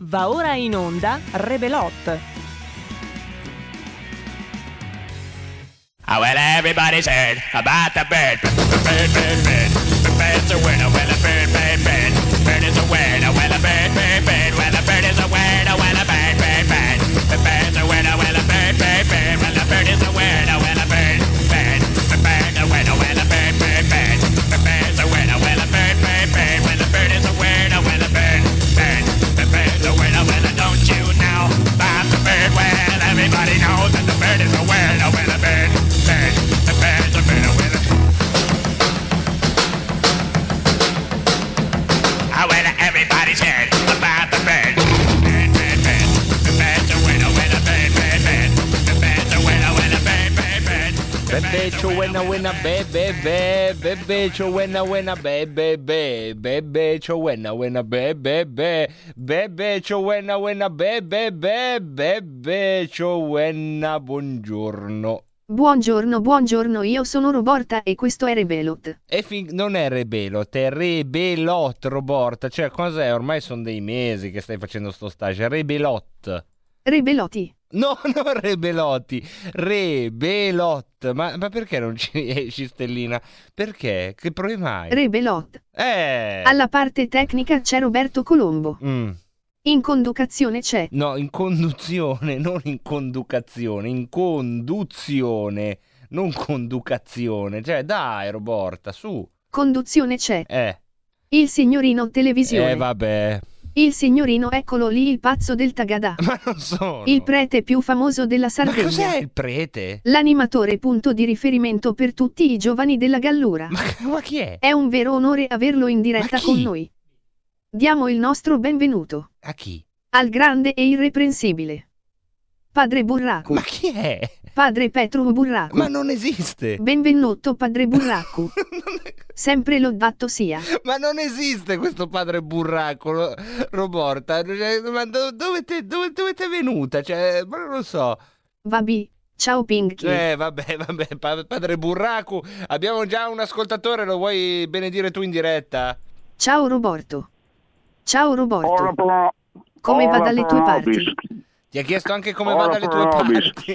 Va ora in onda Rebelot. Oh, well, everybody's heard about the bird. Bird, bird, bird. The bird's a word. Oh, well, a bird, bird, bird. Bird is a word. Oh, well, a bird, bird, bird. Well, a bird is a word. Oh, well, a bird, bird, bird. The bird's a word. Oh, well, a bird, bird, bird. Well, a bird is a word. Oh, well, a bird, bird. The bird's a word. Oh, well, a bird, bird, bird. The bird's a word. Oh, well, a bird, bird, bird. Well, a bird is a word. Oh, well, a bird, bird. The bird's a word. Oh, well, don't you know about the bird? Well, everybody knows that the bird is a word. Oh, well, a bird. The bird's a bird, with it. Oh, well, everybody's heard about the bird. Bird, bird, bird. The bird's a winner, winner, bird, bird, bird. The bird's a winner, winner, bird, bird, bird. Bebecho winna winna be be be bebecho winna winna be be be bebecho winna winna be be be bebecho winna winna be be be bebecho winna buongiorno. Buongiorno, io sono Roborta e questo è Rebelot. Non è Rebelot, è Rebelot, Roborta. Cioè, cos'è? Ormai sono dei mesi che stai facendo sto stage. Rebelot. Rebeloti. No, non Rebelotti, Rebelot. Ma perché non ci esci, Stellina? Perché? Che problema hai? Rebelot. Alla parte tecnica c'è Roberto Colombo. In conducazione c'è. No, in conduzione, non in conducazione, in conduzione, non conducazione. Cioè, dai, Roborta, su. Conduzione c'è. Il signorino televisione. Vabbè. Il signorino, eccolo lì, il pazzo del Tagada. Ma non sono. Il prete più famoso della Sardegna. Ma cos'è il prete? L'animatore, punto di riferimento per tutti i giovani della Gallura. Ma chi è? È un vero onore averlo in diretta con noi. Diamo il nostro benvenuto. A chi? Al grande e irreprensibile Padre Burracu. Ma chi è? Padre Petru Burracu. Ma non esiste. Benvenuto Padre Burracu. Sempre lodato sia. Ma non esiste questo Padre Burraco, Roborta. Ma dove te è venuta? Cioè, ma non lo so. Vabbè, ciao Pinky. Vabbè, Padre Burraco. Abbiamo già un ascoltatore, lo vuoi benedire tu in diretta? Ciao Roborto. Ciao Roborto. Come va dalle tue parti? Ti ha chiesto anche come va dalle tue parti.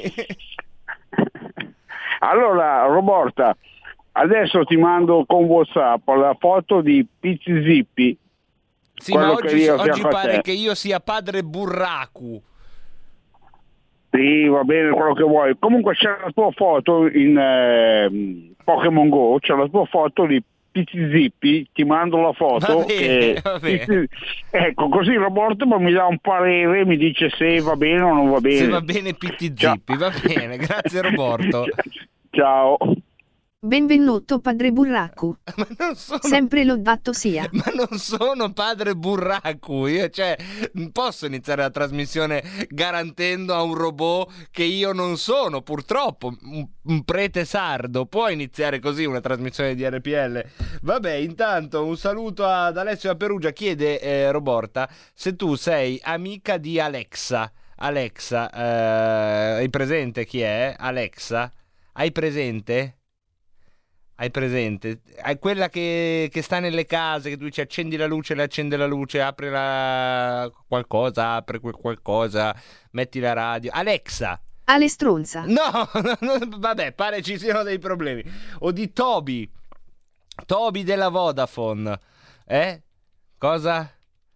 Allora, Roborta, adesso ti mando con WhatsApp la foto di Pizzi Zippi. Sì, ma oggi pare che io sia Padre Burracu. Sì, va bene, quello che vuoi. Comunque c'è la tua foto in Pokémon Go, c'è la tua foto di Pizzi Zippi, ti mando la foto. Va bene. Ecco, così Roberto mi dà un parere, mi dice se va bene o non va bene. Se va bene Pizzi Zippi, va bene, grazie Roberto. Ciao. Benvenuto Padre Burracu. Ma non sono... Sempre lodato sia. Ma non sono Padre Burracu. Io, cioè, non posso iniziare la trasmissione garantendo a un robot che io non sono, purtroppo, un prete sardo. Può iniziare così una trasmissione di RPL? Vabbè, intanto un saluto ad Alessio da Perugia. Chiede Roborta se tu sei amica di Alexa. Alexa, hai presente chi è? Alexa? Hai presente? Hai presente? È quella che sta nelle case, che tu dici accendi la luce, le accende la luce, apri qualcosa, apri qualcosa, metti la radio. Alexa! Ale stronza. No, vabbè, pare ci siano dei problemi. O di Toby della Vodafone. Cosa?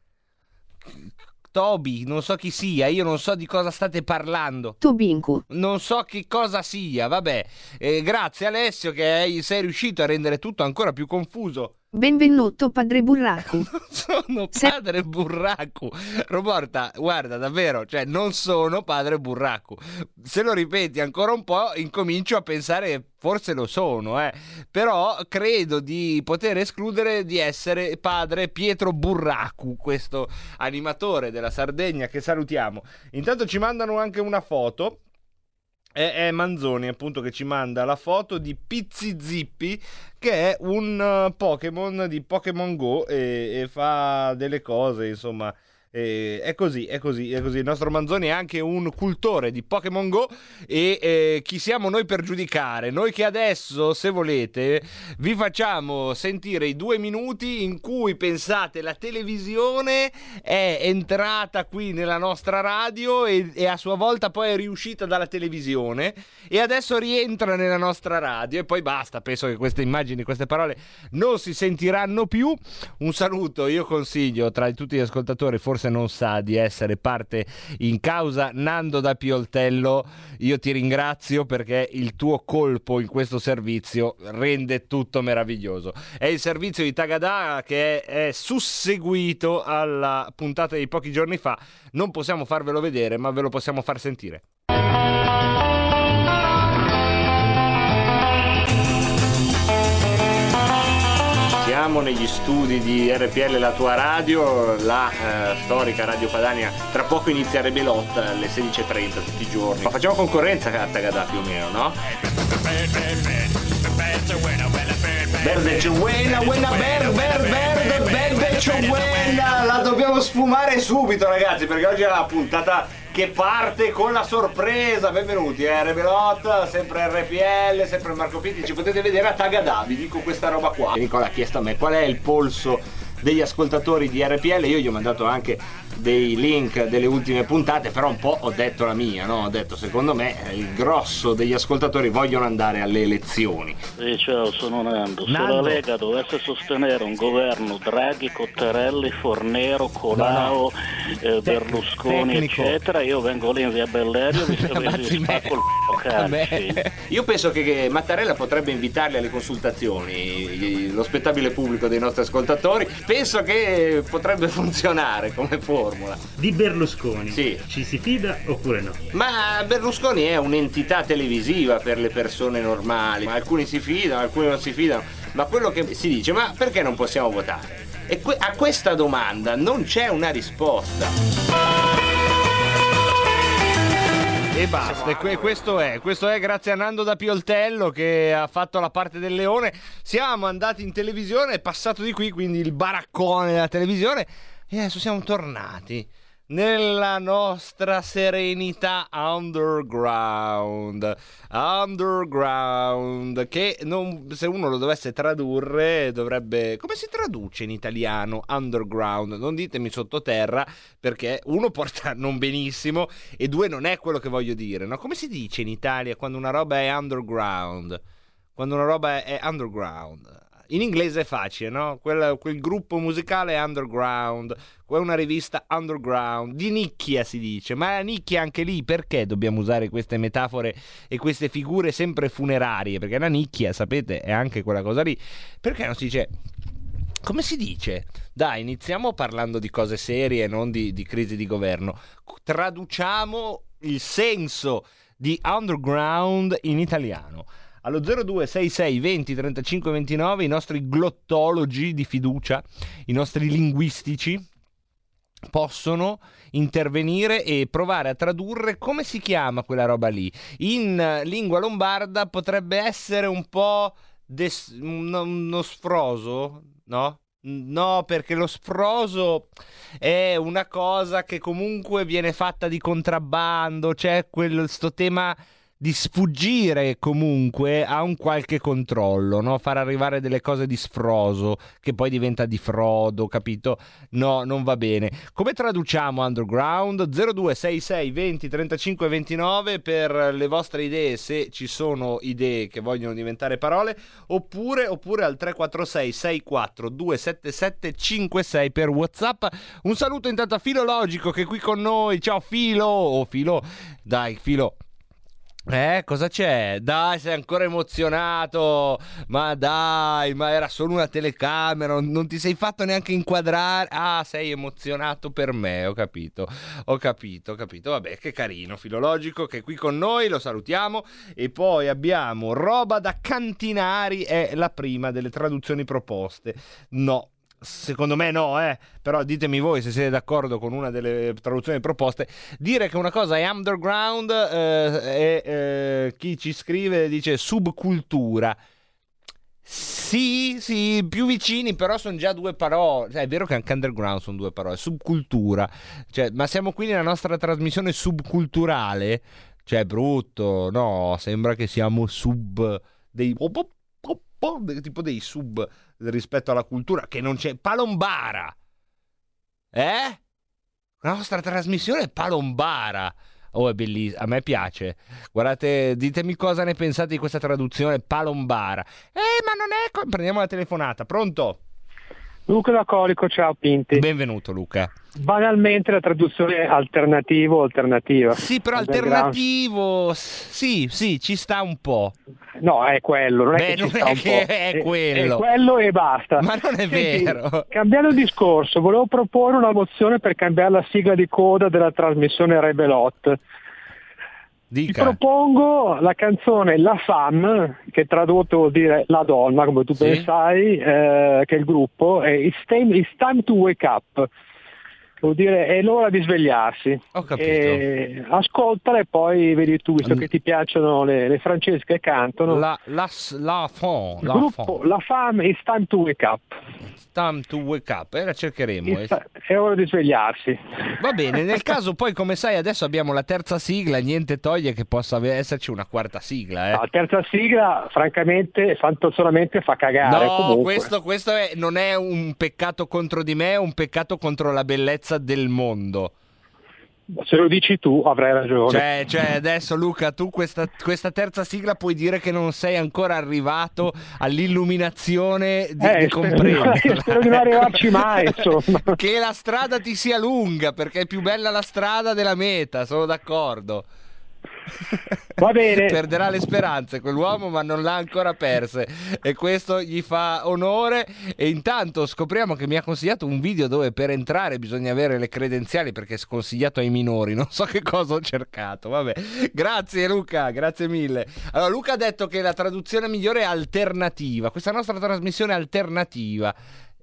Toby, non so chi sia, io non so di cosa state parlando. Tobinku. Non so che cosa sia, vabbè. Grazie Alessio che sei riuscito a rendere tutto ancora più confuso. Benvenuto Padre Burracu. Non sono Padre Burracu. Roborta, guarda, davvero, cioè non sono Padre Burracu. Se lo ripeti ancora un po' incomincio a pensare forse lo sono, però credo di poter escludere di essere Padre Pietro Burracu, questo animatore della Sardegna che salutiamo. Intanto ci mandano anche una foto. È Manzoni appunto che ci manda la foto di Pizzi Zippi, che è un Pokémon di Pokémon Go e fa delle cose, insomma, È così. Il nostro Manzoni è anche un cultore di Pokémon Go e chi siamo noi per giudicare? Noi che adesso, se volete, vi facciamo sentire i 2 minuti in cui pensate la televisione è entrata qui nella nostra radio e a sua volta poi è riuscita dalla televisione e adesso rientra nella nostra radio e poi basta. Penso che queste immagini, queste parole non si sentiranno più. Un saluto, io consiglio tra tutti gli ascoltatori, forse non sa di essere parte in causa, Nando da Pioltello, io ti ringrazio perché il tuo colpo in questo servizio rende tutto meraviglioso. È il servizio di Tagada che è susseguito alla puntata di pochi giorni fa, non possiamo farvelo vedere ma ve lo possiamo far sentire. Siamo negli studi di RPL, la tua radio, la storica Radio Padania. Tra poco inizia Rebelot alle 16:30 tutti i giorni. Ma facciamo concorrenza a Tagada più o meno, no? Verde c'è buena, verde c'è buena. La dobbiamo sfumare subito, ragazzi, perché oggi è la puntata che parte con la sorpresa. Benvenuti, Rebelot, sempre RPL, sempre Marco Pitti. Ci potete vedere a Tagada, vi dico questa roba qua. Nicola ha chiesto a me qual è il polso degli ascoltatori di RPL. Io gli ho mandato anche dei link delle ultime puntate, però un po' ho detto la mia, no? Ho detto, secondo me il grosso degli ascoltatori vogliono andare alle elezioni. Ciao, sono Nando. Se la Lega dovesse sostenere un governo Draghi, Cottarelli, Fornero, Colau, Berlusconi, eccetera, io vengo lì in via Bellerio e vi spacco il Io penso che Mattarella potrebbe invitarli alle consultazioni, lo spettabile pubblico dei nostri ascoltatori. Penso che potrebbe funzionare come formula. Di Berlusconi, sì. Ci si fida oppure no? Ma Berlusconi è un'entità televisiva per le persone normali, ma alcuni si fidano, alcuni non si fidano, ma quello che si dice, ma perché non possiamo votare? E a questa domanda non c'è una risposta. E basta, questo è grazie a Nando da Pioltello che ha fatto la parte del leone. Siamo andati in televisione, è passato di qui, quindi il baraccone della televisione, e adesso siamo tornati nella nostra serenità underground, che se uno lo dovesse tradurre dovrebbe... Come si traduce in italiano underground? Non ditemi sottoterra, perché uno porta non benissimo e due non è quello che voglio dire, no? Come si dice in Italia quando una roba è underground? Quando una roba è underground... In inglese è facile, no? Quel gruppo musicale è underground, è una rivista underground, di nicchia si dice, ma la nicchia anche lì, perché dobbiamo usare queste metafore e queste figure sempre funerarie? Perché la nicchia, sapete, è anche quella cosa lì. Perché non si dice... Come si dice? Dai, iniziamo parlando di cose serie e non di crisi di governo. Traduciamo il senso di underground in italiano. Allo 0266 20 35 29 i nostri glottologi di fiducia, i nostri linguistici possono intervenire e provare a tradurre come si chiama quella roba lì. In lingua lombarda potrebbe essere un po' uno sfroso, no? No, perché lo sfroso è una cosa che comunque viene fatta di contrabbando, c'è sto tema di sfuggire comunque a un qualche controllo, no? Far arrivare delle cose di sfroso che poi diventa di frodo, capito? No, non va bene. Come traduciamo underground? 0266 20 35 29 per le vostre idee, se ci sono idee che vogliono diventare parole, oppure al 346 64 277 56 per WhatsApp. Un saluto intanto a Filologico che è qui con noi. Ciao Filo. Dai Filo. Cosa c'è? Dai, sei ancora emozionato? Ma dai, ma era solo una telecamera, non ti sei fatto neanche inquadrare. Ah, sei emozionato per me, ho capito. Vabbè, che carino, Filologico che è qui con noi, lo salutiamo. E poi abbiamo Roba da Cantinari, è la prima delle traduzioni proposte. No. Secondo me no, però ditemi voi se siete d'accordo con una delle traduzioni proposte. Dire che una cosa è underground chi ci scrive dice subcultura. Sì, più vicini, però sono già due parole. Cioè, è vero che anche underground sono due parole. Subcultura. Cioè, ma siamo qui nella nostra trasmissione subculturale? Cioè, brutto. No, sembra che siamo tipo dei sub rispetto alla cultura, che non c'è. Palombara. La nostra trasmissione è palombara. Oh, è bellissimo, a me piace. Guardate, ditemi cosa ne pensate di questa traduzione palombara. Ma non è... Prendiamo la telefonata, pronto? Luca da Colico, ciao Pinti. Benvenuto Luca. Banalmente la traduzione alternativo o alternativa. Sì, però alternativo, sì, ci sta un po'. No, è quello, non è che non ci sta un po'. È quello. È quello e basta. Ma non è vero. Cambiando il discorso, volevo proporre una mozione per cambiare la sigla di coda della trasmissione Rebelot. Ti propongo la canzone La Femme, che tradotto vuol dire la donna, come tu ben sai, che è il gruppo, è It's time to wake up. Vuol dire è l'ora di svegliarsi. Ho capito. Ascoltala e poi vedi tu, visto che ti piacciono le francesi che cantano. La Femme, It's time to wake up. Time to wake up, la cercheremo. È ora di svegliarsi. Va bene, nel caso poi, come sai, adesso abbiamo la terza sigla, niente toglie che possa esserci una quarta sigla. La terza sigla, francamente, solamente fa cagare. No, comunque. questo non è un peccato contro di me, è un peccato contro la bellezza del mondo. Se lo dici tu avrai ragione. Cioè adesso Luca, tu questa terza sigla puoi dire che non sei ancora arrivato all'illuminazione di comprenderla. Spero di non arrivarci mai, insomma. Che la strada ti sia lunga, perché è più bella la strada della meta, sono d'accordo. Va bene. Perderà le speranze quell'uomo, ma non l'ha ancora perse, e questo gli fa onore. E intanto scopriamo che mi ha consigliato un video dove per entrare bisogna avere le credenziali, perché è sconsigliato ai minori. Non so che cosa ho cercato. Vabbè, grazie Luca, grazie mille. Allora, Luca ha detto che la traduzione migliore è alternativa. Questa nostra trasmissione è alternativa.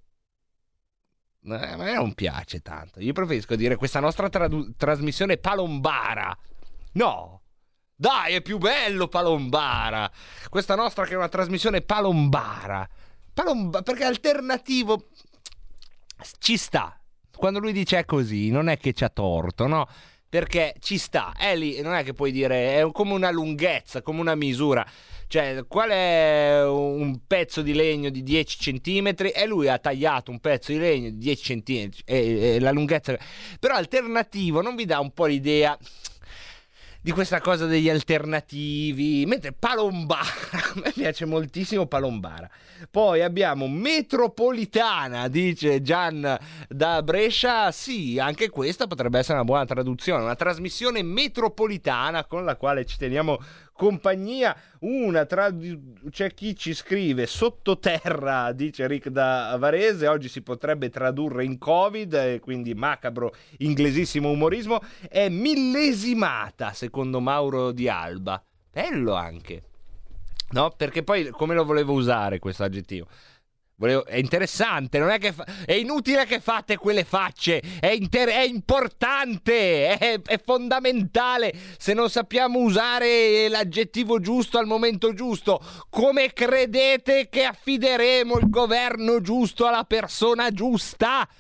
A me non piace tanto. Io preferisco dire questa nostra trasmissione è palombara. No, dai, è più bello palombara. Questa nostra che è una trasmissione palombara. Perché alternativo ci sta. Quando lui dice è così, non è che c'ha torto, no? Perché ci sta. È lì, non è che puoi dire, è come una lunghezza, come una misura. Cioè, qual è un pezzo di legno di 10 centimetri? E lui ha tagliato un pezzo di legno di 10 centimetri. E la lunghezza. Però alternativo non vi dà un po' l'idea di questa cosa degli alternativi, mentre palombara, a me piace moltissimo palombara. Poi abbiamo metropolitana, dice Gian da Brescia. Sì, anche questa potrebbe essere una buona traduzione, una trasmissione metropolitana con la quale ci teniamo compagnia. C'è chi ci scrive sottoterra, dice Rick da Varese, oggi si potrebbe tradurre in Covid, e quindi macabro inglesissimo umorismo. È millesimata, secondo Mauro di Alba. Bello anche, no? Perché poi come lo volevo usare questo aggettivo? È interessante, non è che è inutile che fate quelle facce, è importante, è fondamentale. Se non sappiamo usare l'aggettivo giusto al momento giusto, come credete che affideremo il governo giusto alla persona giusta?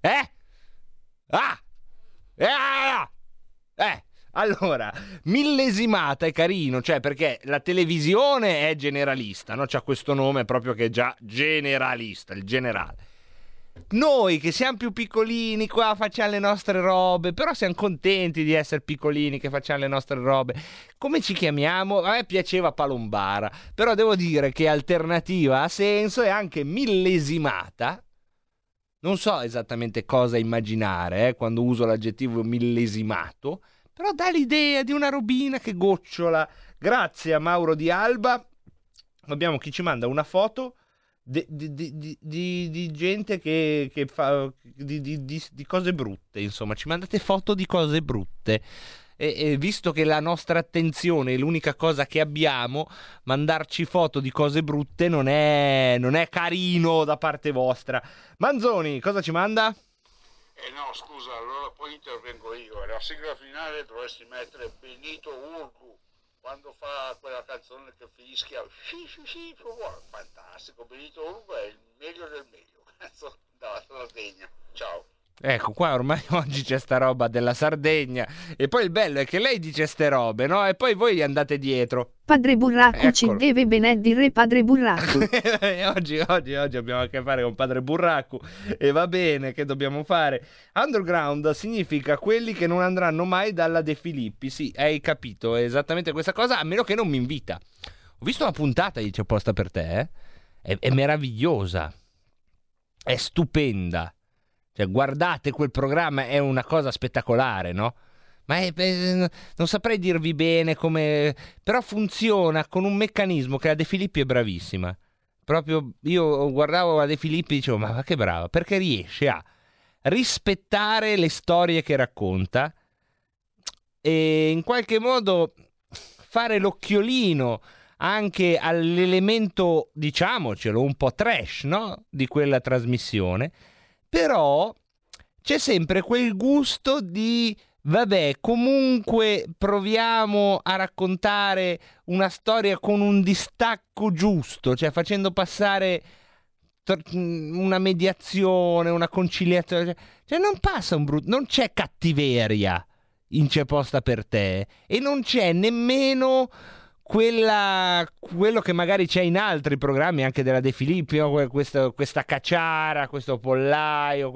Allora, millesimata è carino, cioè perché la televisione è generalista, no? C'ha questo nome proprio che è già generalista, il generale. Noi che siamo più piccolini qua facciamo le nostre robe, però siamo contenti di essere piccolini che facciamo le nostre robe. Come ci chiamiamo? A me piaceva palombara, però devo dire che alternativa ha senso, e anche millesimata. Non so esattamente cosa immaginare quando uso l'aggettivo millesimato, però dà l'idea di una robina che gocciola. Grazie a Mauro di Alba. Abbiamo chi ci manda una foto di gente che fa di cose brutte, insomma. Ci mandate foto di cose brutte. E visto che la nostra attenzione è l'unica cosa che abbiamo, mandarci foto di cose brutte non è carino da parte vostra. Manzoni, cosa ci manda? No, scusa, allora poi intervengo io. La sigla finale dovresti mettere Benito Urgu, quando fa quella canzone che fischia, fantastico, Benito Ugo è il meglio del meglio, cazzo, dalla Sardegna. Ciao. Ecco, qua ormai oggi c'è sta roba della Sardegna e poi il bello è che lei dice ste robe, no? E poi voi andate dietro. Padre Burraco ci deve benedire Padre Burraco. oggi abbiamo a che fare con Padre Burraco e va bene, che dobbiamo fare? Underground significa quelli che non andranno mai dalla De Filippi, sì, hai capito, è esattamente questa cosa, a meno che non mi invita. Ho visto una puntata di C'è Posta per te, è meravigliosa, è stupenda. Cioè, guardate quel programma, è una cosa spettacolare, no? Ma non saprei dirvi bene come... Però funziona con un meccanismo che la De Filippi è bravissima. Proprio io guardavo la De Filippi e dicevo, ma che brava, perché riesce a rispettare le storie che racconta e in qualche modo fare l'occhiolino anche all'elemento, diciamocelo, un po' trash, no? Di quella trasmissione. Però c'è sempre quel gusto di, vabbè, comunque proviamo a raccontare una storia con un distacco giusto, cioè facendo passare una mediazione, una conciliazione, cioè non passa non c'è cattiveria in C'è Posta per te e non c'è nemmeno quello che magari c'è in altri programmi anche della De Filippi, no? questa cacciara, questo pollaio,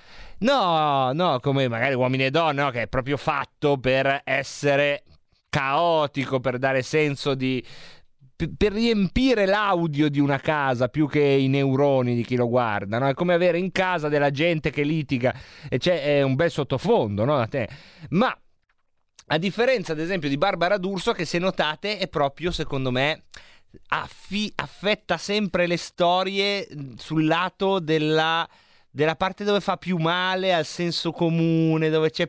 no, come magari Uomini e Donne, no? Che è proprio fatto per essere caotico, per dare senso per riempire l'audio di una casa più che i neuroni di chi lo guarda, no? È come avere in casa della gente che litiga e c'è un bel sottofondo, no? Da te. Ma a differenza, ad esempio, di Barbara D'Urso, che se notate è proprio, secondo me, affetta sempre le storie sul lato della parte dove fa più male al senso comune, dove c'è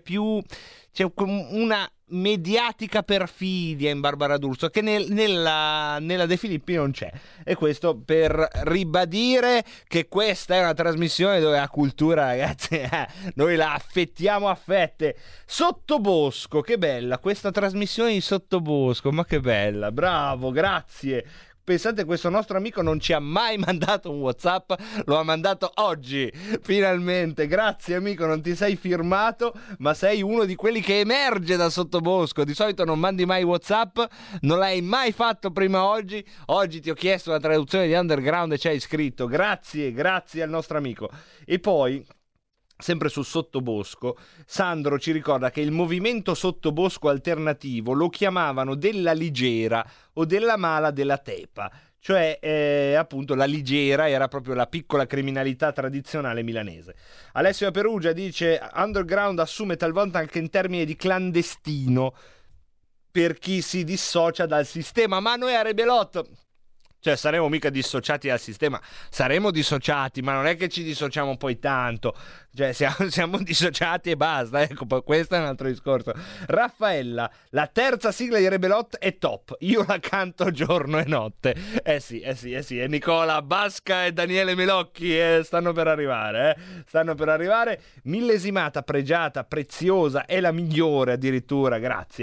una mediatica perfidia in Barbara D'Urso che nella De Filippi non c'è. E questo per ribadire che questa è una trasmissione dove la cultura, ragazzi, noi la affettiamo a fette. Sottobosco, che bella questa trasmissione di Sottobosco, ma che bella, bravo, grazie. Pensate, questo nostro amico non ci ha mai mandato un WhatsApp, lo ha mandato oggi, finalmente. Grazie amico, non ti sei firmato, ma sei uno di quelli che emerge da Sottobosco. Di solito non mandi mai WhatsApp, non l'hai mai fatto prima oggi. Oggi ti ho chiesto la traduzione di Underground e ci hai scritto. Grazie al nostro amico. E poi, sempre su Sottobosco, Sandro ci ricorda che il movimento sottobosco alternativo lo chiamavano della Ligera o della Mala della Tepa, cioè appunto la Ligera era proprio la piccola criminalità tradizionale milanese. Alessio da Perugia dice: Underground assume talvolta anche in termini di clandestino per chi si dissocia dal sistema, ma noi a Rebelot, cioè, saremo mica dissociati dal sistema, saremo dissociati, ma non è che ci dissociamo poi tanto, cioè siamo dissociati e basta, ecco, poi questo è un altro discorso. Raffaella, la terza sigla di Rebelot è top, io la canto giorno e notte. Eh sì, e Nicola Basca e Daniele Melocchi stanno per arrivare, Millesimata, pregiata, preziosa, è la migliore addirittura,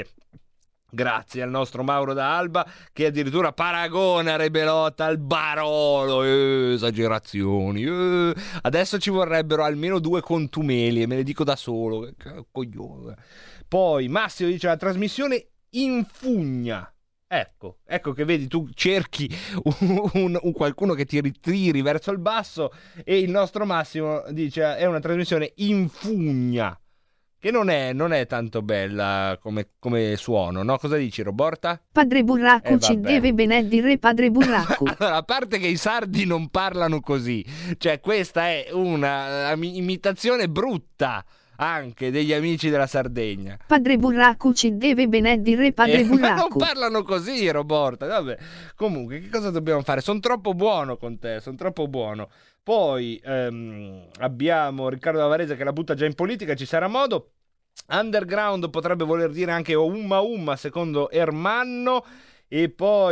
Grazie al nostro Mauro da Alba, che addirittura paragona Rebelot al Barolo. Esagerazioni. Adesso ci vorrebbero almeno 2 contumeli, e me le dico da solo. Coglione. Poi Massimo dice: la trasmissione infugna. Ecco che vedi, tu cerchi un qualcuno che ti ritiri verso il basso, e il nostro Massimo dice: è una trasmissione infugna. Che non è tanto bella come suono, no? Cosa dici, Roborta? Padre Burraco ci deve benedire Padre Burraco. Allora, a parte che i sardi non parlano così, cioè questa è una imitazione brutta anche degli amici della Sardegna. Padre Burraco ci deve benedire Padre Burraco. Ma non parlano così, Roborta, vabbè. Comunque, che cosa dobbiamo fare? Sono troppo buono con te, sono troppo buono. Poi abbiamo Riccardo da Varese che la butta già in politica, ci sarà modo. Underground potrebbe voler dire anche umma secondo Ermanno. E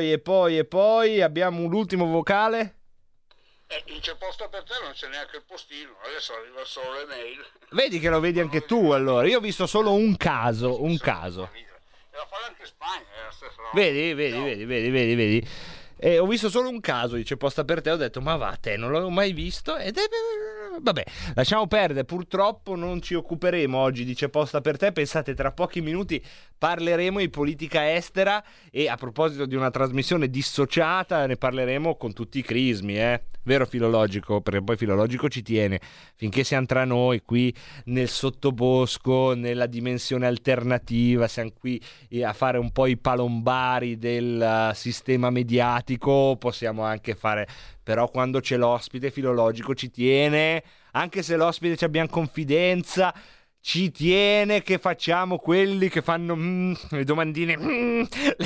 poi abbiamo l'ultimo vocale. C'è posto per te, non c'è neanche il postino, adesso arriva solo le mail. Vedi che lo vedi anche tu, allora. Io ho visto solo un caso. E la fanno anche in Spagna, Vedi. Ho visto solo un caso, dice posta per te, ho detto ma va te, non l'avevo mai visto vabbè, lasciamo perdere, purtroppo non ci occuperemo oggi, dice posta per te. Pensate, tra pochi minuti parleremo di politica estera e a proposito di una trasmissione dissociata ne parleremo con tutti i crismi, vero Filologico? Perché poi Filologico ci tiene, finché siamo tra noi qui nel sottobosco, nella dimensione alternativa, siamo qui a fare un po' i palombari del sistema mediatico, possiamo anche fare, però quando c'è l'ospite Filologico ci tiene, anche se l'ospite ci abbiamo confidenza, ci tiene che facciamo quelli che fanno le domandine.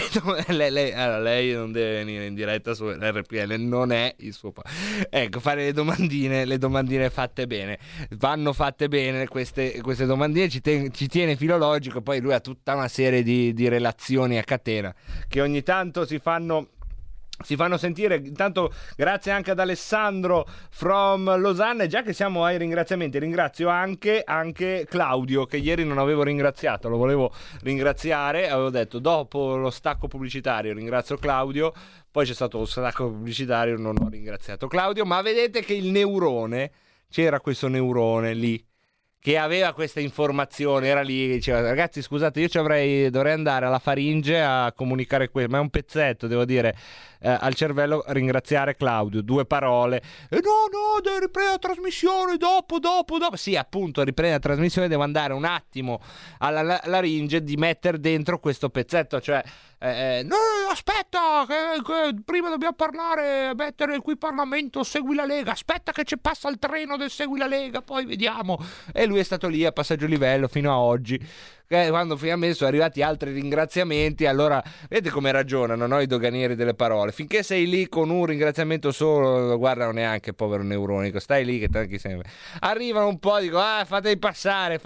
Lei non deve venire in diretta su RPL, non è il suo ecco, fare le domandine fatte bene, vanno fatte bene queste domandine, ci tiene Filologico. Poi lui ha tutta una serie di relazioni a catena che ogni tanto si fanno sentire. Intanto grazie anche ad Alessandro from Losanna, e già che siamo ai ringraziamenti ringrazio anche Claudio, che ieri non avevo ringraziato, lo volevo ringraziare, avevo detto dopo lo stacco pubblicitario ringrazio Claudio, poi c'è stato lo stacco pubblicitario, non ho ringraziato Claudio, ma vedete che il neurone, c'era questo neurone lì che aveva questa informazione, era lì, diceva ragazzi scusate, io dovrei andare alla faringe a comunicare questo, ma è un pezzetto, devo dire, al cervello, ringraziare Claudio, 2 parole, no, devo riprendere la trasmissione, dopo, sì appunto, riprendere la trasmissione, devo andare un attimo alla laringe di mettere dentro questo pezzetto, cioè no, aspetta, che prima dobbiamo parlare, mettere qui Parlamento, segui la Lega, aspetta che ci passa il treno del segui la Lega, poi vediamo. E lui è stato lì a passaggio livello fino a oggi, quando finalmente sono arrivati altri ringraziamenti. Allora vedete come ragionano, no, i doganieri delle parole. Finché sei lì con un ringraziamento solo, non lo guardano neanche, povero neuronico, stai lì che tanti sempre arrivano un po', dico fatevi passare,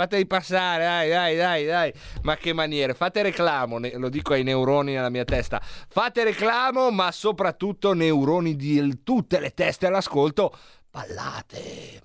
dai, ma che maniere, fate reclamo, lo dico ai neuroni nella mia testa, fate reclamo, ma soprattutto neuroni di tutte le teste all'ascolto, ballate.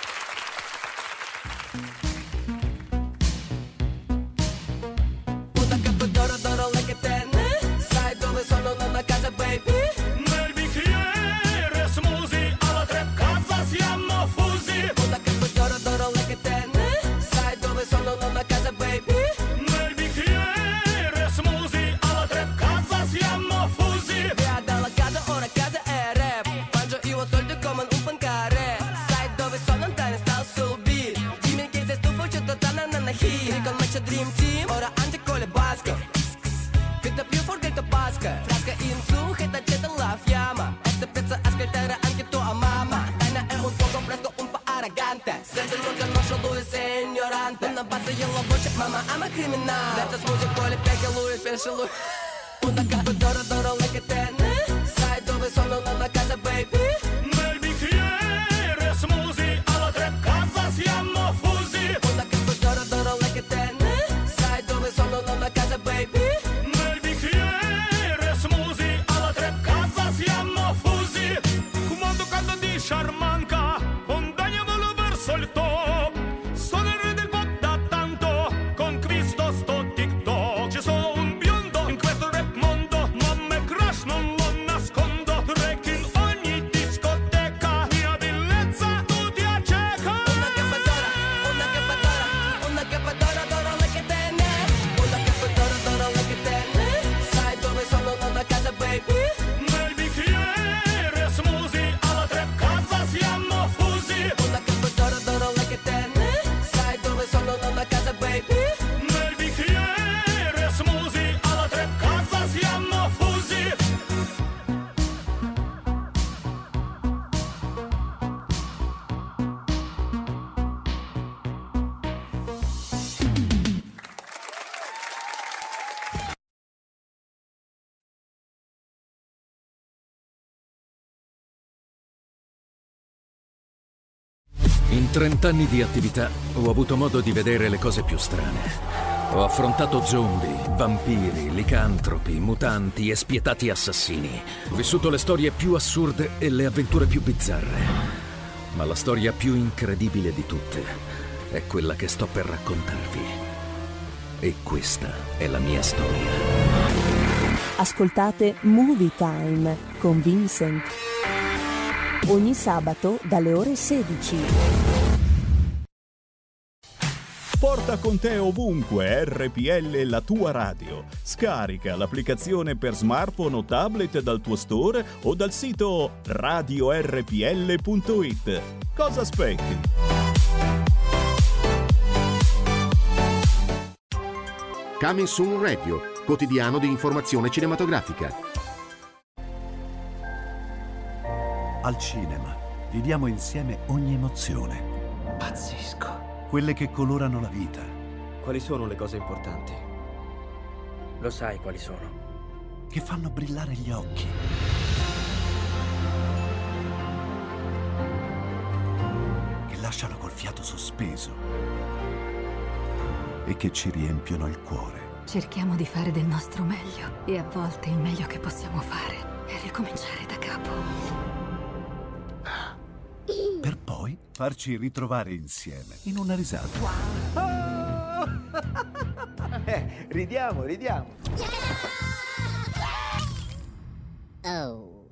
Sai dove sono, non a casa baby, nel bicchiere smusi, alla 3 casa siamo fusi. Una capo d'oro lei che tenne, sai dove sono, non a casa baby, nel bicchiere smusi, alla 3 casa siamo fusi. Via dalla casa, ora casa è rap, mangio io ho soldi come un pancare. Sai dove sono, te sta sul beat, dimmi che sei stufo, c'è totale nana hit. Ricon match Dream Team, ora anche con le basche. Più forgetto basca, frasca in su che t'accende la fiamma. E se pensa ascoltare anche tua mamma, Dana è un fuoco fresco, un po' arrogante, senza non conosce lui sei ignorante. Una bassa io la voce, mamma ama criminale. Detta smusi poi le peghe lui, pensa lui. Una capo d'oro lei che tenne, sai dove sono, non a casa baby, nel bicchiere smusi, alla 3 casa siamo fusi. Una capo d'oro lei che tenne, sai dove sono, non a casa baby, Sciarmanca, condagliamolo verso il top. Sono il re del pop da tanto, conquisto sto TikTok. Ci sono un biondo in questo rap mondo, ma me crush non lo nascondo. Drake in ogni discoteca, mia bellezza tutti acceca. Una cappatora, d'oro lei che tenne. Una cappatora, d'oro lei che tenne. Sai dove sono, non a casa baby, nel bicchiere smusi, alla 3 siamo fusi. Una capo d'oro lei che tenne, sai dove sono, non a casa baby, nel bicchiere smusi, alla 3 casa siamo fusi. In 30 anni di attività ho avuto modo di vedere le cose più strane. Ho affrontato zombie, vampiri, licantropi, mutanti e spietati assassini. Ho vissuto le storie più assurde e le avventure più bizzarre. Ma la storia più incredibile di tutte è quella che sto per raccontarvi. E questa è la mia storia. Ascoltate Movie Time con Vincent. Ogni sabato dalle ore 16. Porta con te ovunque RPL, la tua radio. Scarica l'applicazione per smartphone o tablet dal tuo store o dal sito radiorpl.it. Cosa aspetti? Coming Soon Radio, quotidiano di informazione cinematografica. Al cinema viviamo insieme ogni emozione. Pazzesco. Quelle che colorano la vita. Quali sono le cose importanti? Lo sai quali sono? Che fanno brillare gli occhi. Che lasciano col fiato sospeso. E che ci riempiono il cuore. Cerchiamo di fare del nostro meglio e a volte il meglio che possiamo fare è ricominciare da capo. Per poi farci ritrovare insieme in una risata. Wow. Ridiamo. Oh.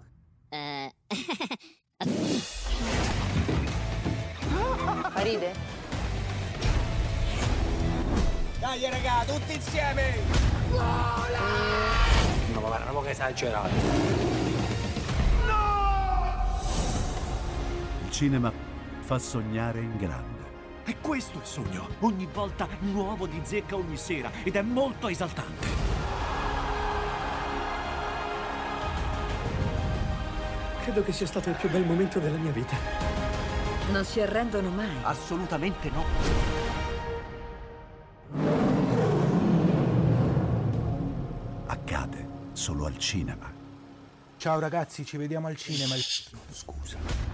Ride? Dai raga, tutti insieme! Vola! No, ma guarda, che esagerato. Il cinema fa sognare in grande. E questo è il sogno. Ogni volta nuovo di zecca ogni sera ed è molto esaltante. Credo che sia stato il più bel momento della mia vita. Non si arrendono mai. Assolutamente no. Accade solo al cinema. Ciao ragazzi, ci vediamo al cinema. Scusa.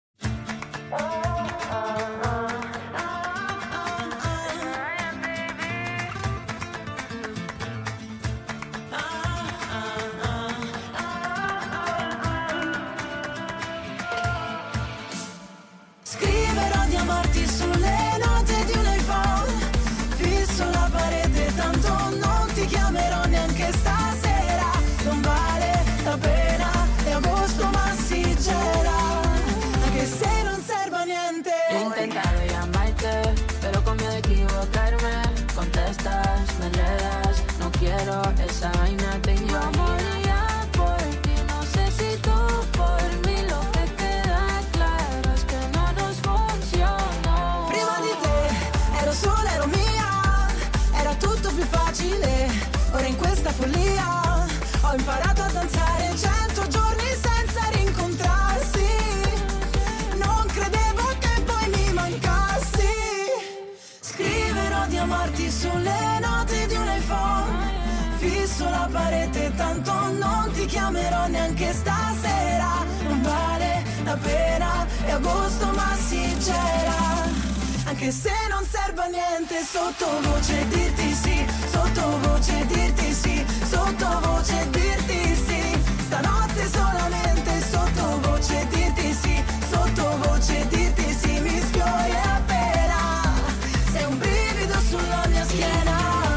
Scriverò di amarti sulle note di un iPhone. Fisso la parete, tanto non ti chiamerò neanche stasera. Non vale la pena, è agosto ma si gela. Anche se non serve a niente. He intentado llamarte, pero con miedo a equivocarme. Contestas, me enredas, no quiero esa vaina, te yo moría por ti, no sé si tú por mí. Lo que queda claro es que no nos funcionó. Prima di te ero sola, ero mia, era tutto più facile. Ora in questa follia ho imparato a danzare 100 giorni senza rincontrarsi. Non credevo che poi mi mancassi. Scriverò di amarti sulle note di un iPhone. Fisso la parete, tanto non ti chiamerò neanche stasera. Non vale la pena, è agosto ma si gela. Anche se non serve a niente, sottovoce dirti sì, sottovoce dirti sì, sottovoce dirti sì. Stanotte solamente sottovoce dirti sì, sottovoce dirti sì. Mi sfiori appena, sei un brivido sulla mia schiena.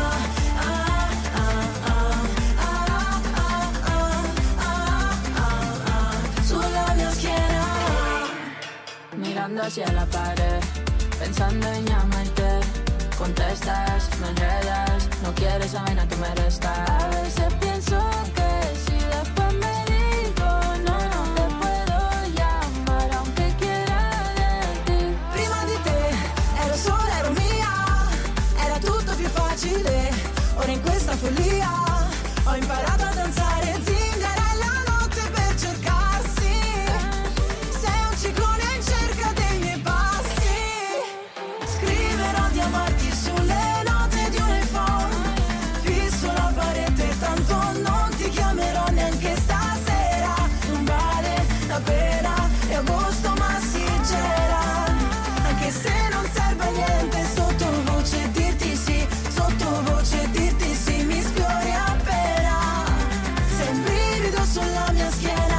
Sulla mia schiena. Mirando hacia la pared, pensando en llamarte. Contestas, me enredas, no quieres esa vaina que me resta. A veces pienso que si después me digo no te puedo llamar aunque quiera de ti. Prima di te ero sola, ero mia, era tutto più facile. Ora in questa follia ho imparato a danzare zingarella notte per cercarsi. Sei un ciclone in cerca dei miei passi. Scriverò di amarti sulle note di un iPhone. Fisso la parete, tanto non ti chiamerò neanche stasera. Non vale la pena, è agosto ma si gela. Anche se non serve a niente, sottovoce dirti sì, sottovoce dirti sì. Mi sfiori appena, sei un brivido sulla mia schiena.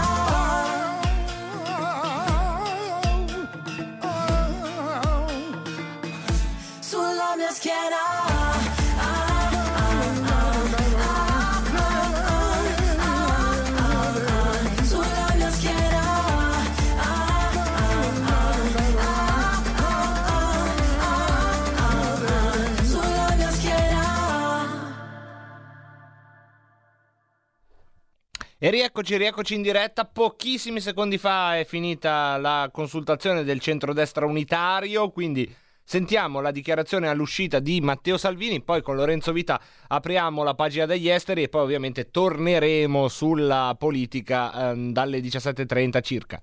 Sulla mia schiena. E rieccoci in diretta. Pochissimi secondi fa è finita la consultazione del centrodestra unitario, quindi sentiamo la dichiarazione all'uscita di Matteo Salvini, poi con Lorenzo Vita apriamo la pagina degli esteri e poi ovviamente torneremo sulla politica dalle 17:30 circa.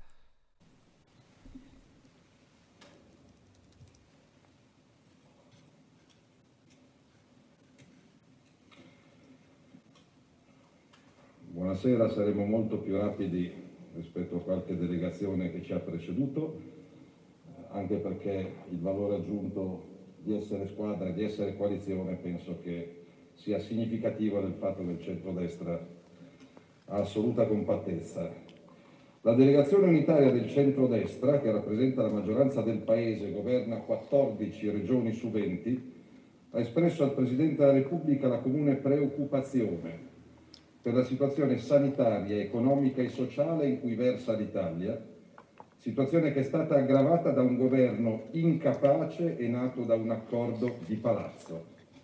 Buonasera, saremo molto più rapidi rispetto a qualche delegazione che ci ha preceduto, anche perché il valore aggiunto di essere squadra e di essere coalizione penso che sia significativo del fatto che il centrodestra ha assoluta compattezza. La delegazione unitaria del centrodestra, che rappresenta la maggioranza del Paese e governa 14 regioni su 20, ha espresso al Presidente della Repubblica la comune preoccupazione per la situazione sanitaria, economica e sociale in cui versa l'Italia, situazione che è stata aggravata da un governo incapace e nato da un accordo di palazzo.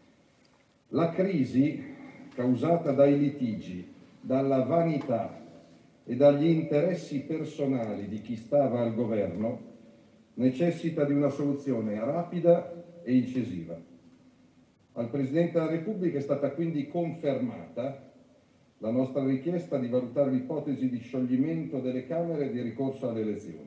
La crisi, causata dai litigi, dalla vanità e dagli interessi personali di chi stava al governo, necessita di una soluzione rapida e incisiva. Al Presidente della Repubblica è stata quindi confermata la nostra richiesta di valutare l'ipotesi di scioglimento delle Camere e di ricorso alle elezioni.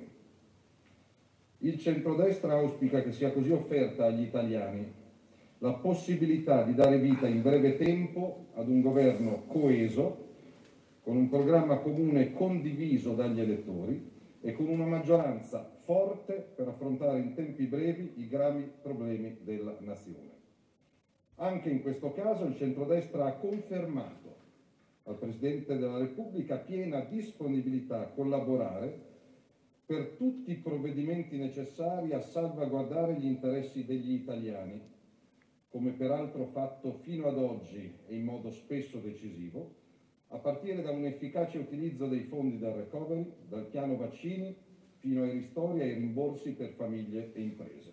Il centrodestra auspica che sia così offerta agli italiani la possibilità di dare vita in breve tempo ad un governo coeso, con un programma comune condiviso dagli elettori e con una maggioranza forte per affrontare in tempi brevi i gravi problemi della nazione. Anche in questo caso il centrodestra ha confermato al Presidente della Repubblica piena disponibilità a collaborare per tutti i provvedimenti necessari a salvaguardare gli interessi degli italiani, come peraltro fatto fino ad oggi e in modo spesso decisivo, a partire da un efficace utilizzo dei fondi del recovery, dal piano vaccini fino ai ristori e ai rimborsi per famiglie e imprese.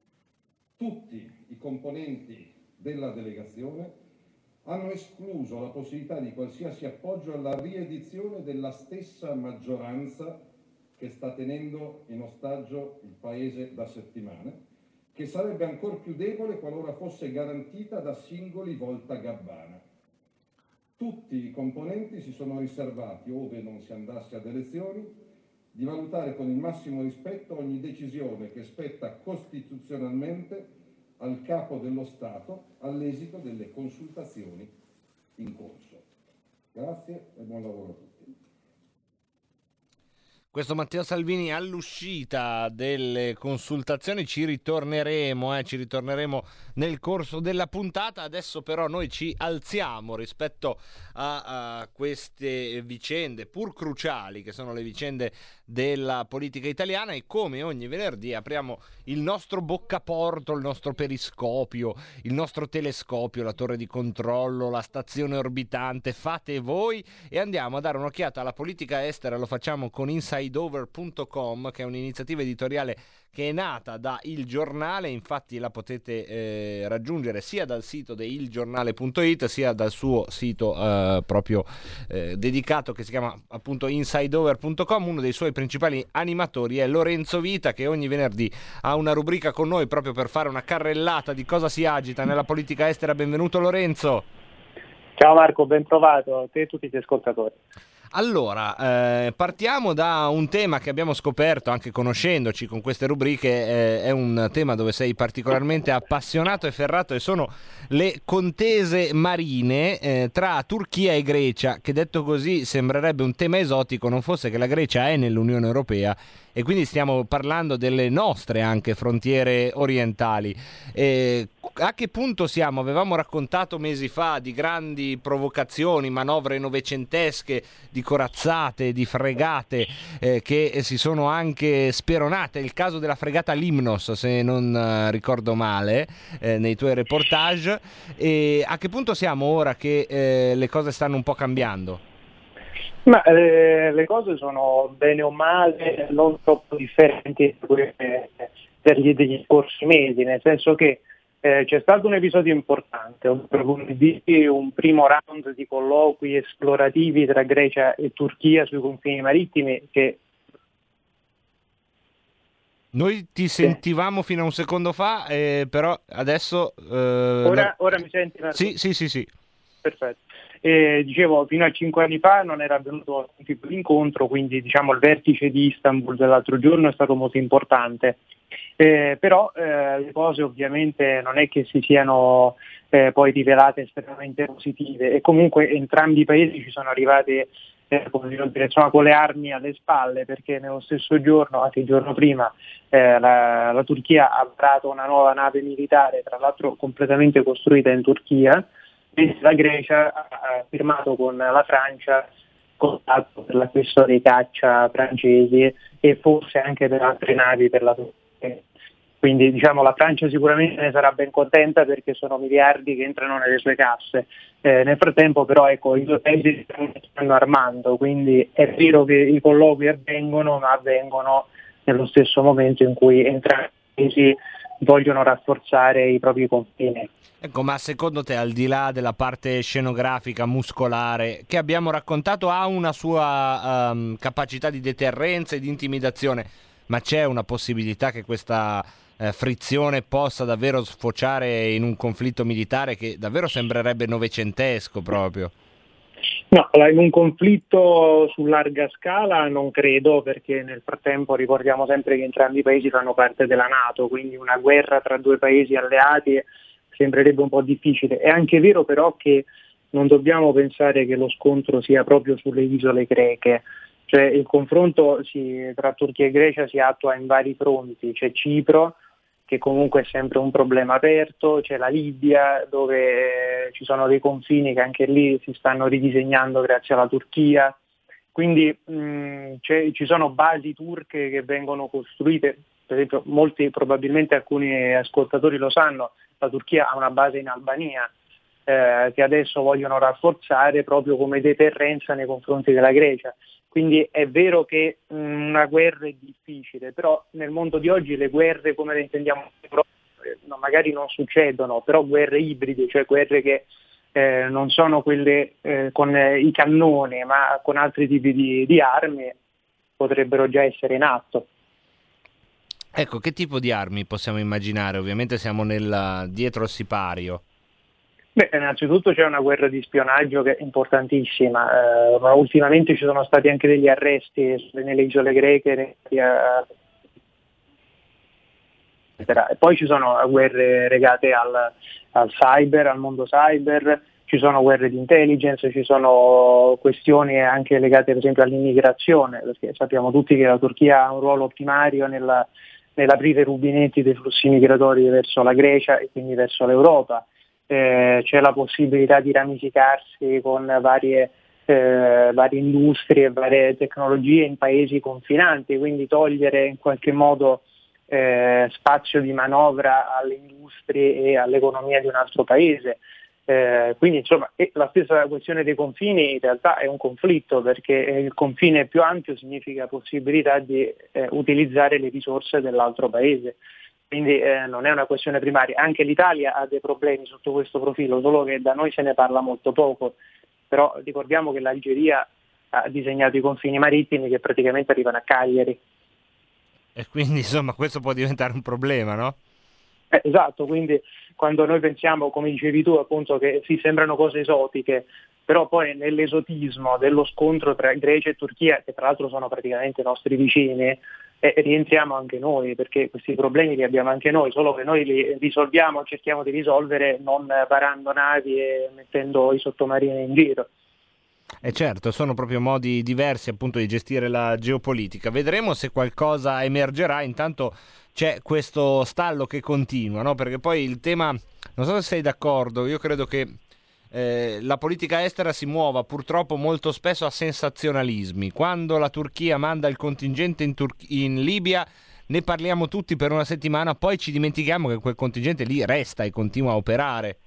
Tutti i componenti della delegazione hanno escluso la possibilità di qualsiasi appoggio alla riedizione della stessa maggioranza che sta tenendo in ostaggio il Paese da settimane, che sarebbe ancor più debole qualora fosse garantita da singoli voltagabbana. Tutti i componenti si sono riservati, ove non si andasse ad elezioni, di valutare con il massimo rispetto ogni decisione che spetta costituzionalmente al capo dello Stato all'esito delle consultazioni in corso. Grazie e buon lavoro a tutti. Questo Matteo Salvini all'uscita delle consultazioni, ci ritorneremo nel corso della puntata. Adesso però noi ci alziamo rispetto a queste vicende pur cruciali che sono le vicende della politica italiana e come ogni venerdì apriamo il nostro boccaporto, il nostro periscopio, il nostro telescopio, la torre di controllo, la stazione orbitante, fate voi, e andiamo a dare un'occhiata alla politica estera. Lo facciamo con InsideOver.com, che è un'iniziativa editoriale che è nata da Il Giornale. Infatti la potete raggiungere sia dal sito di ilgiornale.it sia dal suo sito proprio dedicato, che si chiama appunto InsideOver.com. Uno dei suoi principali animatori è Lorenzo Vita, che ogni venerdì ha una rubrica con noi proprio per fare una carrellata di cosa si agita nella politica estera. Benvenuto Lorenzo. Ciao Marco, ben trovato a te e tutti gli ascoltatori. Allora, partiamo da un tema che abbiamo scoperto anche conoscendoci con queste rubriche, è un tema dove sei particolarmente appassionato e ferrato, e sono le contese marine tra Turchia e Grecia, che detto così sembrerebbe un tema esotico, non fosse che la Grecia è nell'Unione Europea e quindi stiamo parlando delle nostre anche frontiere orientali. A che punto siamo? Avevamo raccontato mesi fa di grandi provocazioni, manovre novecentesche, di corazzate, di fregate che si sono anche speronate. Il caso della fregata Limnos, se non ricordo male, nei tuoi reportage. E a che punto siamo ora che le cose stanno un po' cambiando? Ma le cose sono bene o male non troppo differenti degli scorsi mesi, nel senso che c'è stato un episodio importante, un primo round di colloqui esplorativi tra Grecia e Turchia sui confini marittimi che... Noi ti sentivamo fino a un secondo fa, però adesso... Ora mi senti? Sì. Perfetto. Dicevo, fino a 5 anni fa non era avvenuto alcun tipo di incontro, quindi diciamo il vertice di Istanbul dell'altro giorno è stato molto importante. Però le cose ovviamente non è che si siano poi rivelate estremamente positive e comunque entrambi i paesi ci sono arrivati con le armi alle spalle, perché nello stesso giorno, anche il giorno prima, la Turchia ha avviato una nuova nave militare, tra l'altro completamente costruita in Turchia, mentre la Grecia ha firmato con la Francia contratto per l'acquisto dei caccia francesi e forse anche per altre navi per la Turchia. Quindi diciamo la Francia sicuramente ne sarà ben contenta perché sono miliardi che entrano nelle sue casse. Nel frattempo però ecco, i due paesi si stanno armando, quindi è vero che i colloqui avvengono, ma avvengono nello stesso momento in cui entrambi i paesi vogliono rafforzare i propri confini. Ecco, ma secondo te, al di là della parte scenografica, muscolare, che abbiamo raccontato, ha una sua capacità di deterrenza e di intimidazione, ma c'è una possibilità che questa frizione possa davvero sfociare in un conflitto militare che davvero sembrerebbe novecentesco proprio? No, in un conflitto su larga scala non credo, perché nel frattempo ricordiamo sempre che entrambi i paesi fanno parte della NATO, quindi una guerra tra due paesi alleati sembrerebbe un po' difficile. È anche vero però che non dobbiamo pensare che lo scontro sia proprio sulle isole greche, cioè il confronto tra Turchia e Grecia si attua in vari fronti. C'è Cipro, che comunque è sempre un problema aperto, c'è la Libia dove ci sono dei confini che anche lì si stanno ridisegnando grazie alla Turchia, quindi ci sono basi turche che vengono costruite, per esempio probabilmente alcuni ascoltatori lo sanno, la Turchia ha una base in Albania che adesso vogliono rafforzare proprio come deterrenza nei confronti della Grecia. Quindi è vero che una guerra è difficile, però nel mondo di oggi le guerre come le intendiamo magari non succedono, però guerre ibride, cioè guerre che non sono quelle con i cannoni, ma con altri tipi di armi, potrebbero già essere in atto. Ecco, che tipo di armi possiamo immaginare? Ovviamente siamo dietro il sipario. Beh, innanzitutto c'è una guerra di spionaggio che è importantissima, ma ultimamente ci sono stati anche degli arresti nelle isole greche, e poi ci sono guerre legate al cyber, al mondo cyber, ci sono guerre di intelligence, ci sono questioni anche legate per esempio all'immigrazione, perché sappiamo tutti che la Turchia ha un ruolo primario nell'aprire i rubinetti dei flussi migratori verso la Grecia e quindi verso l'Europa. C'è la possibilità di ramificarsi con varie industrie e varie tecnologie in paesi confinanti, quindi togliere in qualche modo spazio di manovra alle industrie e all'economia di un altro paese. Quindi insomma la stessa questione dei confini in realtà è un conflitto, perché il confine più ampio significa possibilità di utilizzare le risorse dell'altro paese. Quindi non è una questione primaria. Anche l'Italia ha dei problemi sotto questo profilo, solo che da noi se ne parla molto poco. Però ricordiamo che l'Algeria ha disegnato i confini marittimi che praticamente arrivano a Cagliari. E quindi insomma questo può diventare un problema, no? Esatto, quindi quando noi pensiamo, come dicevi tu appunto, che sì, sembrano cose esotiche, però poi nell'esotismo dello scontro tra Grecia e Turchia, che tra l'altro sono praticamente i nostri vicini, rientriamo anche noi, perché questi problemi li abbiamo anche noi, solo che noi li risolviamo, cerchiamo di risolvere non parando navi e mettendo i sottomarini in giro. E certo, sono proprio modi diversi appunto di gestire la geopolitica. Vedremo se qualcosa emergerà. Intanto c'è questo stallo che continua, no? Perché poi il tema, non so se sei d'accordo, io credo che la politica estera si muova purtroppo molto spesso a sensazionalismi. Quando la Turchia manda il contingente in Libia ne parliamo tutti per una settimana, poi ci dimentichiamo che quel contingente lì resta e continua a operare.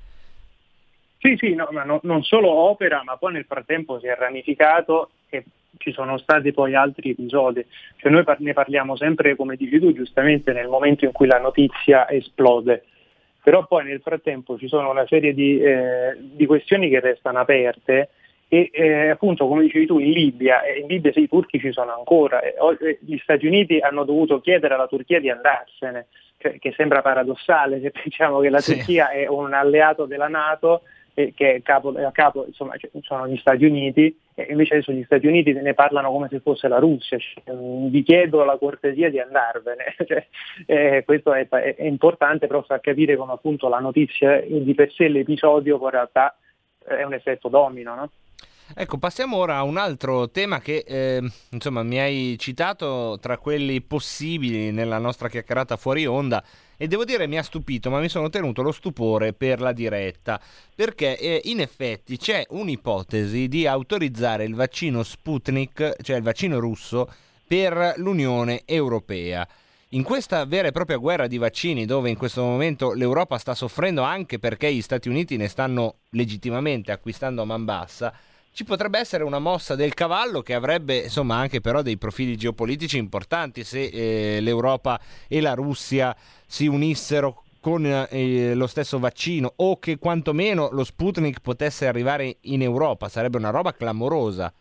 Sì, no, ma non solo opera, ma poi nel frattempo si è ramificato e ci sono stati poi altri episodi. Cioè noi ne parliamo sempre, come dici tu giustamente, nel momento in cui la notizia esplode. però poi nel frattempo ci sono una serie di questioni che restano aperte e appunto, come dicevi tu, in Libia sì, i turchi ci sono ancora, gli Stati Uniti hanno dovuto chiedere alla Turchia di andarsene, che sembra paradossale se pensiamo che la Turchia è un alleato della NATO, che a capo insomma sono gli Stati Uniti, e invece adesso gli Stati Uniti ne parlano come se fosse la Russia, vi chiedo la cortesia di andarvene. Questo è importante, però fa capire come appunto la notizia di per sé, l'episodio poi in realtà è un effetto domino, no? Ecco, passiamo ora a un altro tema che insomma mi hai citato tra quelli possibili nella nostra chiacchierata fuori onda, e devo dire mi ha stupito, ma mi sono tenuto lo stupore per la diretta, perché in effetti c'è un'ipotesi di autorizzare il vaccino Sputnik, cioè il vaccino russo, per l'Unione Europea. In questa vera e propria guerra di vaccini, dove in questo momento l'Europa sta soffrendo anche perché gli Stati Uniti ne stanno legittimamente acquistando a man bassa, ci potrebbe essere una mossa del cavallo che avrebbe insomma anche però dei profili geopolitici importanti se l'Europa e la Russia si unissero con lo stesso vaccino, o che quantomeno lo Sputnik potesse arrivare in Europa. Sarebbe una roba clamorosa.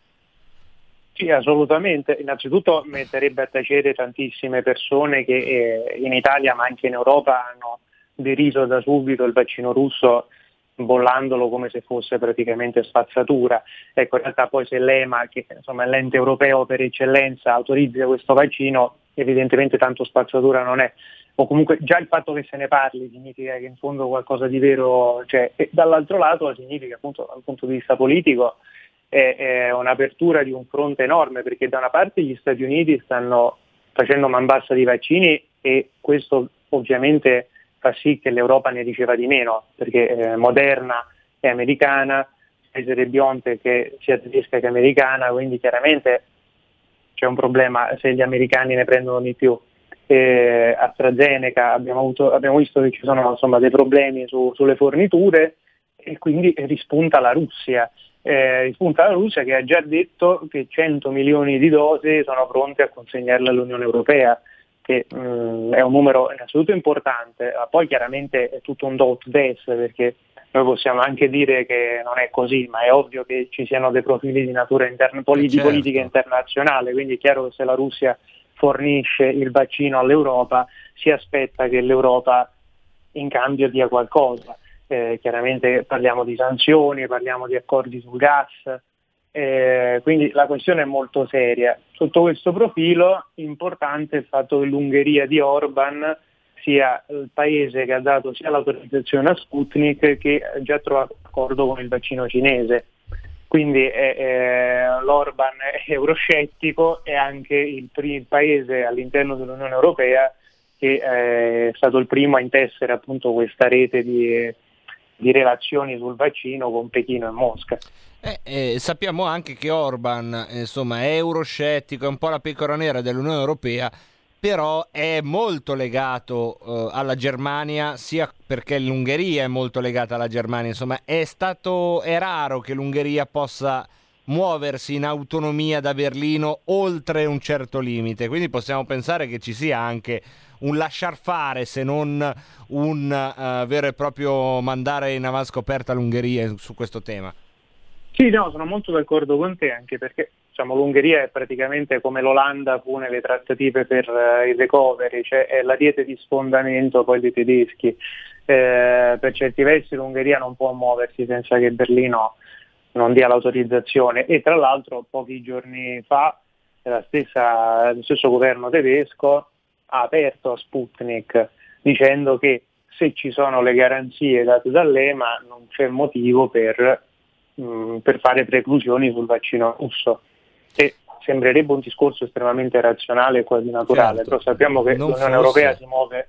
Sì, assolutamente. Innanzitutto metterebbe a tacere tantissime persone che in Italia ma anche in Europa hanno deriso da subito il vaccino russo, bollandolo come se fosse praticamente spazzatura. Ecco, in realtà poi se l'EMA, che insomma è l'ente europeo per eccellenza, autorizza questo vaccino, evidentemente tanto spazzatura non è, o comunque già il fatto che se ne parli significa che in fondo qualcosa di vero c'è, e dall'altro lato significa appunto dal punto di vista politico è un'apertura di un fronte enorme, perché da una parte gli Stati Uniti stanno facendo man bassa di vaccini e questo ovviamente fa sì che l'Europa ne riceva di meno, perché Moderna è americana, Pfizer-BioNTech che sia tedesca che americana, quindi chiaramente c'è un problema se gli americani ne prendono di più. AstraZeneca abbiamo visto che ci sono insomma dei problemi sulle forniture, e quindi rispunta la Russia. Rispunta la Russia, che ha già detto che 100 milioni di dosi sono pronte a consegnarle all'Unione Europea, che è un numero innanzitutto importante, ma poi chiaramente è tutto un do ut des, perché noi possiamo anche dire che non è così, ma è ovvio che ci siano dei profili di natura interna, di politica internazionale, quindi è chiaro che se la Russia fornisce il vaccino all'Europa si aspetta che l'Europa in cambio dia qualcosa. Chiaramente parliamo di sanzioni, parliamo di accordi sul gas, quindi la questione è molto seria. Sotto questo profilo importante è il fatto che l'Ungheria di Orban sia il paese che ha dato sia l'autorizzazione a Sputnik che ha già trovato accordo con il vaccino cinese. Quindi l'Orban è euroscettico, è anche il paese all'interno dell'Unione Europea che è stato il primo a intessere appunto questa rete di relazioni sul vaccino con Pechino e Mosca. Sappiamo anche che Orban insomma è euroscettico, è un po' la pecora nera dell'Unione Europea, però è molto legato alla Germania, sia perché l'Ungheria è molto legata alla Germania, insomma è raro che l'Ungheria possa muoversi in autonomia da Berlino oltre un certo limite, quindi possiamo pensare che ci sia anche un lasciar fare, se non un vero e proprio mandare in avanscoperta l'Ungheria su questo tema. Sì, no, sono molto d'accordo con te, anche perché diciamo, l'Ungheria è praticamente come l'Olanda fu nelle trattative per il recovery, cioè è la dieta di sfondamento poi dei tedeschi. Per certi versi l'Ungheria non può muoversi senza che Berlino non dia l'autorizzazione, e tra l'altro pochi giorni fa lo stesso governo tedesco ha aperto a Sputnik dicendo che se ci sono le garanzie date dall'EMA non c'è motivo per fare preclusioni sul vaccino russo, e sembrerebbe un discorso estremamente razionale e quasi naturale, certo, però sappiamo che l'Unione Europea si muove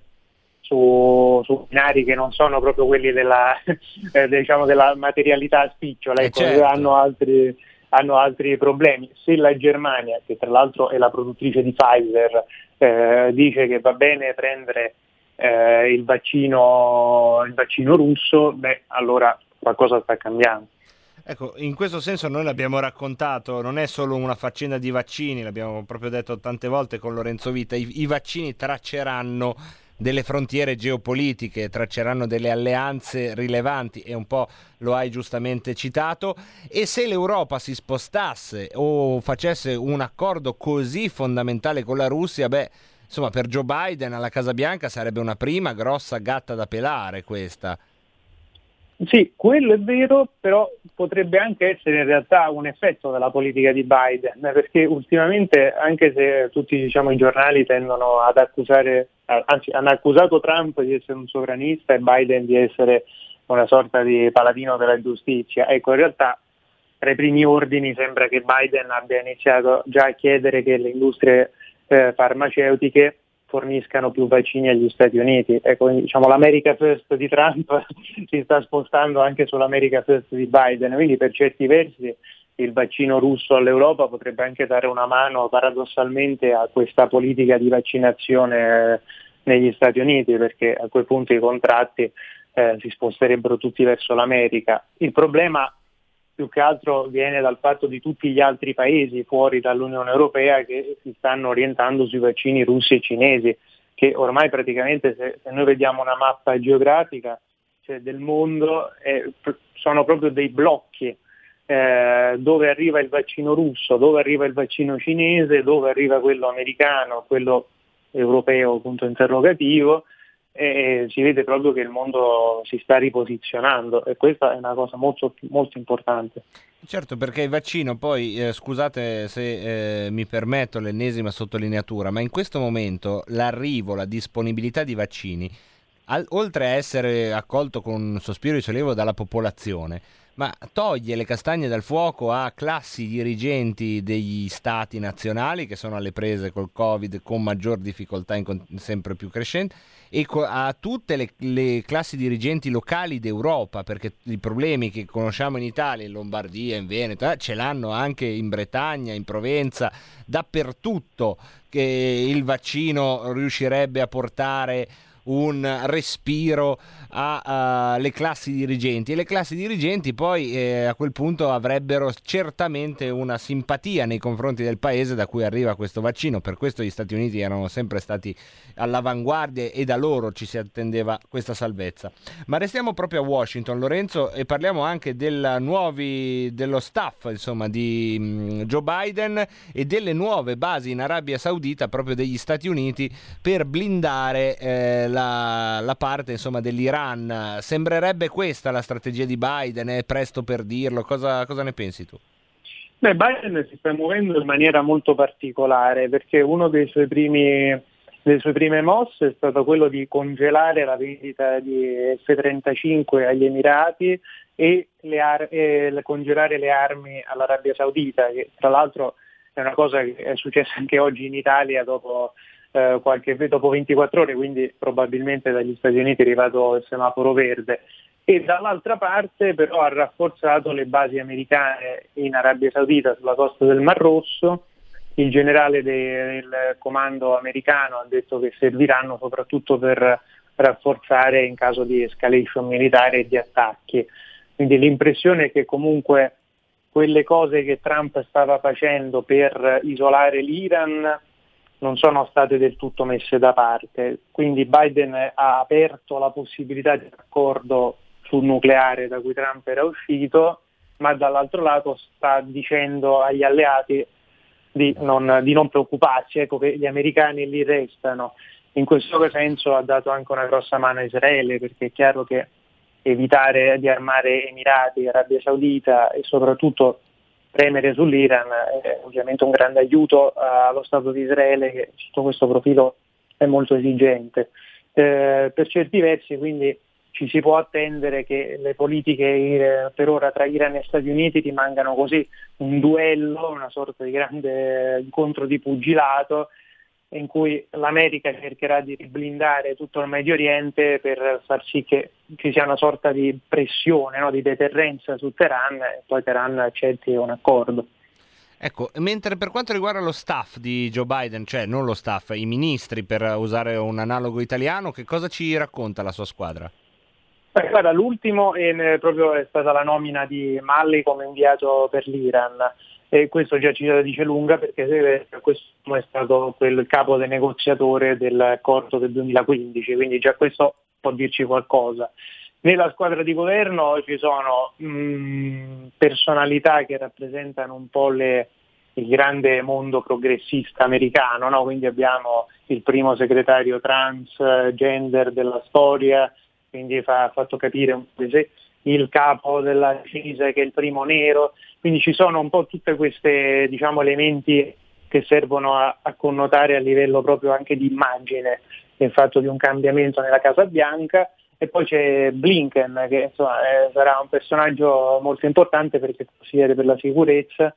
su binari che non sono proprio quelli della diciamo della materialità a spicciola, ecco, certo. hanno altri problemi. Se la Germania, che tra l'altro è la produttrice di Pfizer, dice che va bene prendere il vaccino russo, allora qualcosa sta cambiando. Ecco, in questo senso noi l'abbiamo raccontato, non è solo una faccenda di vaccini, l'abbiamo proprio detto tante volte con Lorenzo Vita, i vaccini tracceranno delle frontiere geopolitiche, tracceranno delle alleanze rilevanti e un po' lo hai giustamente citato, e se l'Europa si spostasse o facesse un accordo così fondamentale con la Russia, insomma per Joe Biden alla Casa Bianca sarebbe una prima grossa gatta da pelare questa. Sì, quello è vero, però potrebbe anche essere in realtà un effetto della politica di Biden, perché ultimamente, anche se tutti i giornali tendono ad accusare, anzi hanno accusato Trump di essere un sovranista e Biden di essere una sorta di paladino della giustizia, ecco, in realtà tra i primi ordini sembra che Biden abbia iniziato già a chiedere che le industrie farmaceutiche forniscano più vaccini agli Stati Uniti. Ecco, l'America First di Trump si sta spostando anche sull'America First di Biden, quindi per certi versi il vaccino russo all'Europa potrebbe anche dare una mano paradossalmente a questa politica di vaccinazione negli Stati Uniti, perché a quel punto i contratti si sposterebbero tutti verso l'America. Il problema più che altro viene dal fatto di tutti gli altri paesi fuori dall'Unione Europea che si stanno orientando sui vaccini russi e cinesi, che ormai praticamente se noi vediamo una mappa geografica del mondo sono proprio dei blocchi, dove arriva il vaccino russo, dove arriva il vaccino cinese, dove arriva quello americano, quello europeo, punto interrogativo, e si vede proprio che il mondo si sta riposizionando, e questa è una cosa molto, molto importante. Certo, perché il vaccino poi, scusate se mi permetto l'ennesima sottolineatura, ma in questo momento l'arrivo, la disponibilità di vaccini, oltre a essere accolto con sospiro di sollievo dalla popolazione, ma toglie le castagne dal fuoco a classi dirigenti degli stati nazionali che sono alle prese col Covid con maggior difficoltà sempre più crescente, e a tutte le classi dirigenti locali d'Europa, perché i problemi che conosciamo in Italia, in Lombardia, in Veneto, ce l'hanno anche in Bretagna, in Provenza, dappertutto, che il vaccino riuscirebbe a portare un respiro alle classi dirigenti, e le classi dirigenti poi a quel punto avrebbero certamente una simpatia nei confronti del paese da cui arriva questo vaccino. Per questo gli Stati Uniti erano sempre stati all'avanguardia e da loro ci si attendeva questa salvezza. Ma restiamo proprio a Washington, Lorenzo, e parliamo anche dello staff, insomma, di Joe Biden e delle nuove basi in Arabia Saudita proprio degli Stati Uniti per blindare la parte, insomma, dell'Iran. Sembrerebbe questa la strategia di Biden, è presto per dirlo, cosa ne pensi tu? Biden si sta muovendo in maniera molto particolare, perché uno delle sue prime mosse è stato quello di congelare la vendita di F-35 agli Emirati e congelare le armi all'Arabia Saudita, che tra l'altro è una cosa che è successa anche oggi in Italia dopo 24 ore, quindi probabilmente dagli Stati Uniti è arrivato il semaforo verde. E dall'altra parte però ha rafforzato le basi americane in Arabia Saudita sulla costa del Mar Rosso. Il generale del comando americano ha detto che serviranno soprattutto per rafforzare in caso di escalation militare e di attacchi. Quindi l'impressione è che comunque quelle cose che Trump stava facendo per isolare l'Iran non sono state del tutto messe da parte. Quindi Biden ha aperto la possibilità di accordo sul nucleare da cui Trump era uscito, ma dall'altro lato sta dicendo agli alleati di non preoccuparsi, ecco che gli americani lì restano. In questo senso ha dato anche una grossa mano a Israele, perché è chiaro che evitare di armare Emirati, Arabia Saudita e soprattutto premere sull'Iran è ovviamente un grande aiuto allo Stato di Israele, che sotto questo profilo è molto esigente. Per certi versi quindi ci si può attendere che le politiche per ora tra Iran e Stati Uniti rimangano così un duello, una sorta di grande incontro di pugilato, in cui l'America cercherà di riblindare tutto il Medio Oriente per far sì che ci sia una sorta di pressione, no, di deterrenza su Teheran, e poi Teheran accetti un accordo. Ecco, mentre per quanto riguarda lo staff di Joe Biden, cioè non lo staff, i ministri, per usare un analogo italiano, che cosa ci racconta la sua squadra? Guarda, l'ultimo proprio è stata la nomina di Malley come inviato per l'Iran. E questo già ci dice lunga, perché questo è stato quel capo del negoziatore dell'accordo del 2015, quindi già questo può dirci qualcosa. Nella squadra di governo ci sono personalità che rappresentano un po' il grande mondo progressista americano, no? Quindi abbiamo il primo segretario transgender della storia, quindi ha fatto capire un po' il capo della CISE che è il primo nero, quindi ci sono un po' tutte queste, diciamo, elementi che servono a connotare a livello proprio anche di immagine il fatto di un cambiamento nella Casa Bianca. E poi c'è Blinken, che insomma sarà un personaggio molto importante perché è consigliere per la sicurezza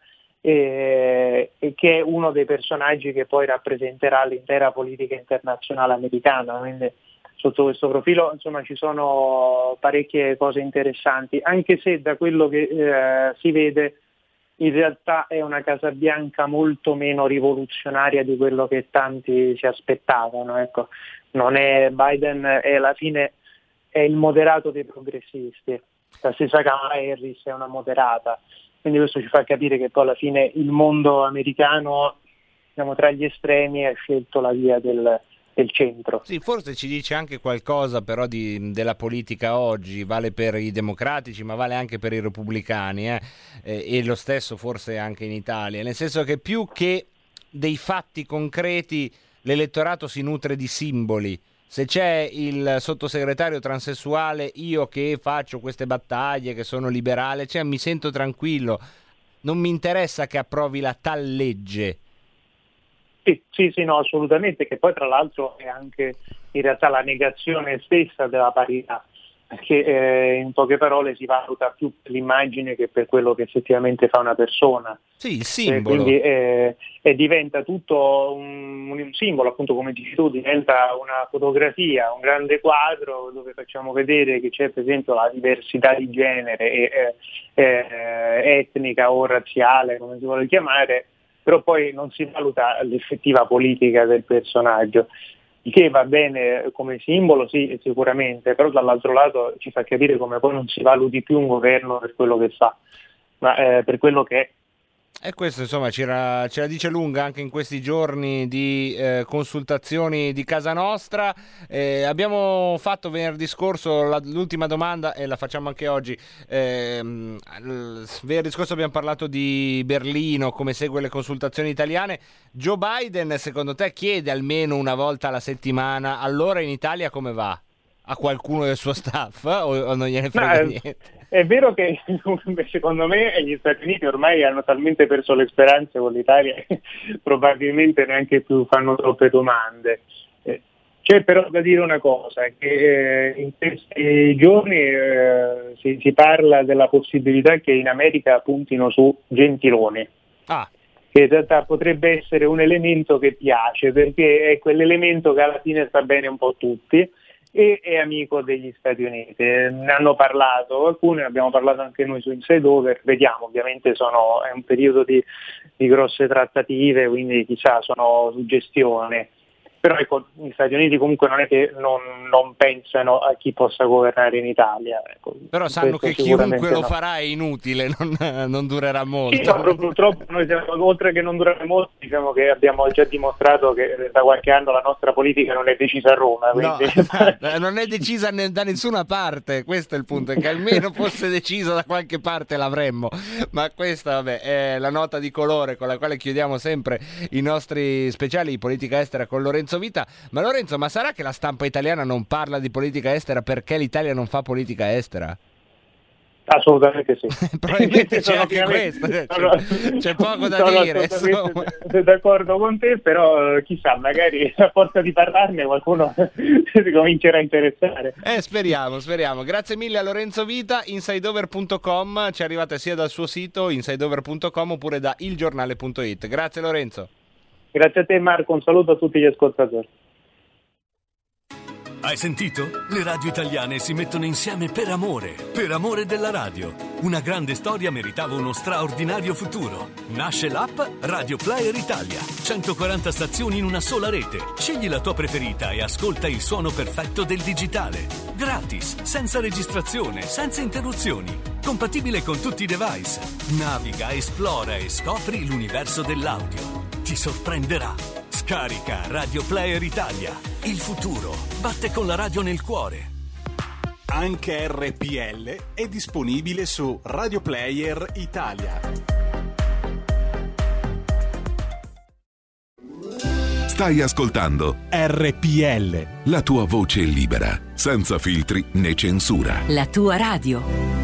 e che è uno dei personaggi che poi rappresenterà l'intera politica internazionale americana, quindi sotto questo profilo insomma ci sono parecchie cose interessanti, anche se da quello che si vede in realtà è una Casa Bianca molto meno rivoluzionaria di quello che tanti si aspettavano, ecco. Non è Biden, è alla fine è il moderato dei progressisti, la stessa Kamala Harris è una moderata, quindi questo ci fa capire che poi alla fine il mondo americano, diciamo, tra gli estremi ha scelto la via del centro. Sì, forse ci dice anche qualcosa però della politica oggi, vale per i democratici ma vale anche per i repubblicani e lo stesso forse anche in Italia, nel senso che più che dei fatti concreti l'elettorato si nutre di simboli. Se c'è il sottosegretario transessuale, io che faccio queste battaglie, che sono liberale, cioè mi sento tranquillo, non mi interessa che approvi la tal legge. Sì, no, assolutamente, che poi tra l'altro è anche in realtà la negazione stessa della parità, perché in poche parole si valuta più per l'immagine che per quello che effettivamente fa una persona. Sì, il simbolo. Quindi diventa tutto un simbolo, appunto come dici tu, diventa una fotografia, un grande quadro dove facciamo vedere che c'è per esempio la diversità di genere etnica o razziale, come si vuole chiamare, però poi non si valuta l'effettiva politica del personaggio, che va bene come simbolo, sì, sicuramente, però dall'altro lato ci fa capire come poi non si valuti più un governo per quello che fa, ma per quello che è. E questo insomma ce la dice lunga anche in questi giorni di consultazioni di casa nostra. Abbiamo fatto venerdì scorso l'ultima domanda e la facciamo anche oggi. Venerdì scorso abbiamo parlato di Berlino, come segue le consultazioni italiane. Joe Biden secondo te chiede almeno una volta alla settimana allora in Italia come va? A qualcuno del suo staff o non gliene frega niente? È vero che secondo me gli Stati Uniti ormai hanno talmente perso le speranze con l'Italia che probabilmente neanche più fanno troppe domande. C'è però da dire una cosa, che in questi giorni si parla della possibilità che in America puntino su Gentiloni. Che in realtà potrebbe essere un elemento che piace, perché è quell'elemento che alla fine sta bene un po' a tutti e è amico degli Stati Uniti. Ne hanno parlato alcuni, ne abbiamo parlato anche noi su Inside Over, vediamo, ovviamente è un periodo di grosse trattative, quindi chissà, sono suggestioni. Però ecco, gli Stati Uniti comunque non è che non pensano a chi possa governare in Italia. Ecco, però sanno che chiunque lo farà è inutile, non durerà molto. Sì, no, purtroppo noi oltre che non durare molto, diciamo che abbiamo già dimostrato che da qualche anno la nostra politica non è decisa a Roma. Quindi... No, non è decisa da nessuna parte, questo è il punto, è che almeno fosse decisa da qualche parte l'avremmo. Ma questa vabbè, è la nota di colore con la quale chiudiamo sempre i nostri speciali di politica estera con Lorenzo Vita. Ma Lorenzo, ma sarà che la stampa italiana non parla di politica estera perché l'Italia non fa politica estera? Assolutamente sì. Probabilmente c'è anche questo, c'è poco da dire. Sono d'accordo con te, però chissà, magari a forza di parlarne qualcuno si comincerà a interessare. Speriamo. Grazie mille a Lorenzo Vita. InsideOver.com, ci arrivate sia dal suo sito InsideOver.com oppure da ilgiornale.it. Grazie Lorenzo. Grazie a te Marco, un saluto a tutti gli ascoltatori. Hai sentito? Le radio italiane si mettono insieme per amore della radio. Una grande storia meritava uno straordinario futuro. Nasce l'app Radio Player Italia. 140 stazioni in una sola rete. Scegli la tua preferita e ascolta il suono perfetto del digitale. Gratis, senza registrazione, senza interruzioni. compatibile con tutti i device. Naviga, esplora e scopri l'universo dell'audio. Ti sorprenderà. Scarica Radio Player Italia. Il futuro batte con la radio nel cuore. Anche RPL è disponibile su Radio Player Italia. Stai ascoltando RPL, la tua voce libera, senza filtri né censura. La tua radio.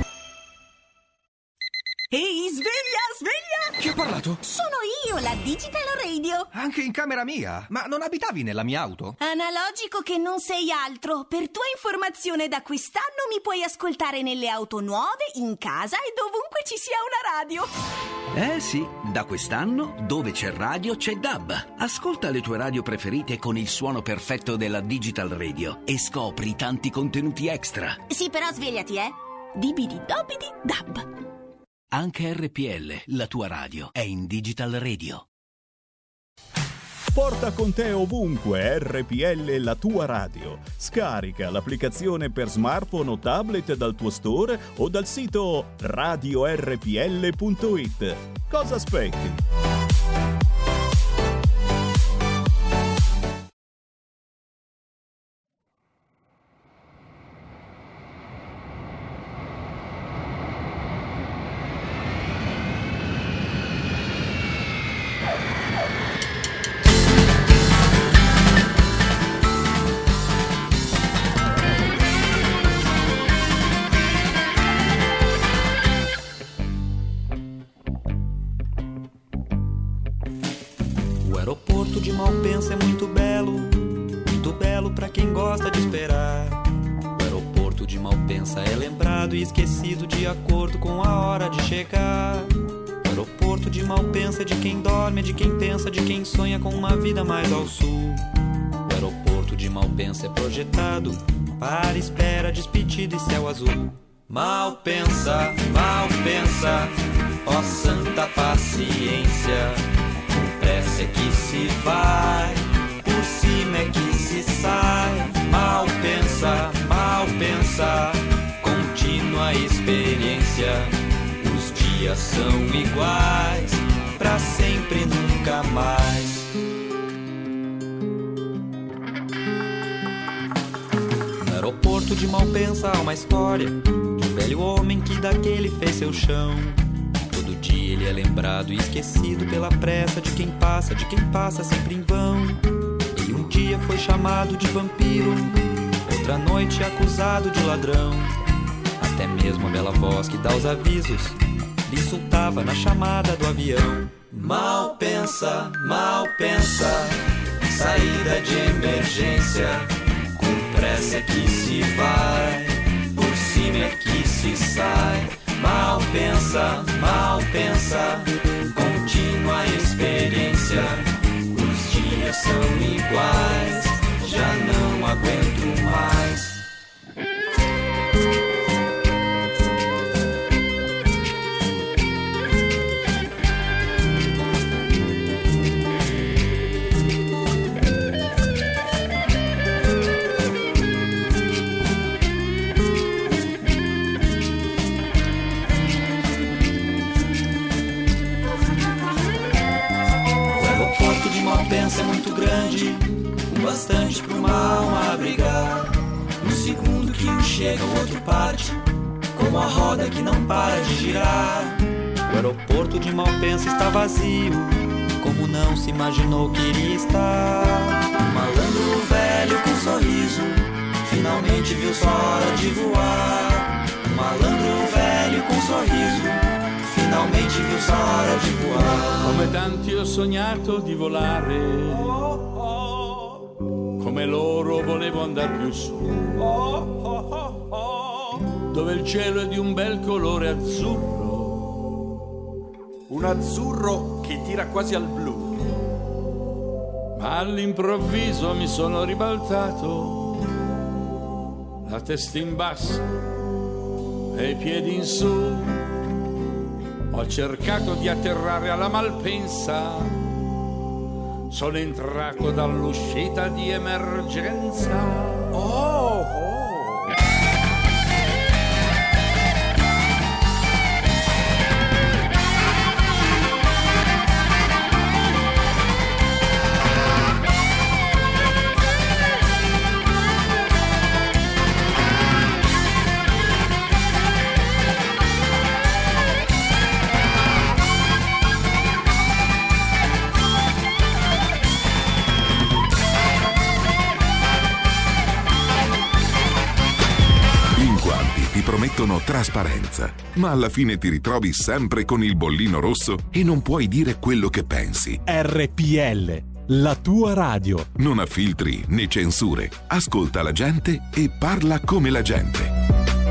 Ehi, sveglia, sveglia! Chi ha parlato? Sono io, la Digital Radio. Anche in camera mia? Ma non abitavi nella mia auto? Analogico che non sei altro. Per tua informazione, da quest'anno mi puoi ascoltare nelle auto nuove, in casa e dovunque ci sia una radio. Eh sì, da quest'anno dove c'è radio c'è DAB. Ascolta le tue radio preferite con il suono perfetto della Digital Radio e scopri tanti contenuti extra. Sì, però svegliati, Dibidi dobidi DAB. Anche RPL, la tua radio, è in Digital Radio. Porta con te ovunque RPL, la tua radio. Scarica l'applicazione per smartphone o tablet dal tuo store o dal sito radiorpl.it. Cosa aspetti? Aeroporto de Malpensa é muito belo pra quem gosta de esperar. O aeroporto de Malpensa é lembrado e esquecido de acordo com a hora de chegar. O aeroporto de Malpensa é de quem dorme, é de quem pensa, de quem sonha com uma vida mais ao sul. O aeroporto de Malpensa é projetado para espera, despedida e céu azul. Malpensa, ó santa paciência. Pressa é que se vai, por cima é que se sai. Mal pensa, contínua experiência. Os dias são iguais, pra sempre nunca mais. No aeroporto de Malpensa há uma história de um velho homem que daquele fez seu chão. Todo dia ele é lembrado e esquecido pela pressa de quem passa sempre em vão. Ele um dia foi chamado de vampiro, outra noite acusado de ladrão. Até mesmo a bela voz que dá os avisos lhe insultava na chamada do avião. Mal pensa, saída de emergência. Com pressa é que se vai, por cima é que se sai. Mal pensa, contínua experiência. Os dias são iguais, já não aguento mais. Malpensa é muito grande, o bastante para uma alma abrigar. No segundo que um chega, o outro parte, como a roda que não para de girar. O aeroporto de Malpensa está vazio, como não se imaginou que iria estar. Um malandro velho com sorriso, finalmente viu sua hora de voar. Um malandro velho com sorriso, finalmente viu sua hora di volare. Come tanti ho sognato di volare, come loro volevo andar più su, dove il cielo è di un bel colore azzurro, un azzurro che tira quasi al blu. Ma all'improvviso mi sono ribaltato, la testa in basso e i piedi in su. Ho cercato di atterrare alla Malpensa, sono entrato dall'uscita di emergenza. trasparenza, ma alla fine ti ritrovi sempre con il bollino rosso e non puoi dire quello che pensi. RPL, la tua radio. Non ha filtri né censure. Ascolta la gente e parla come la gente.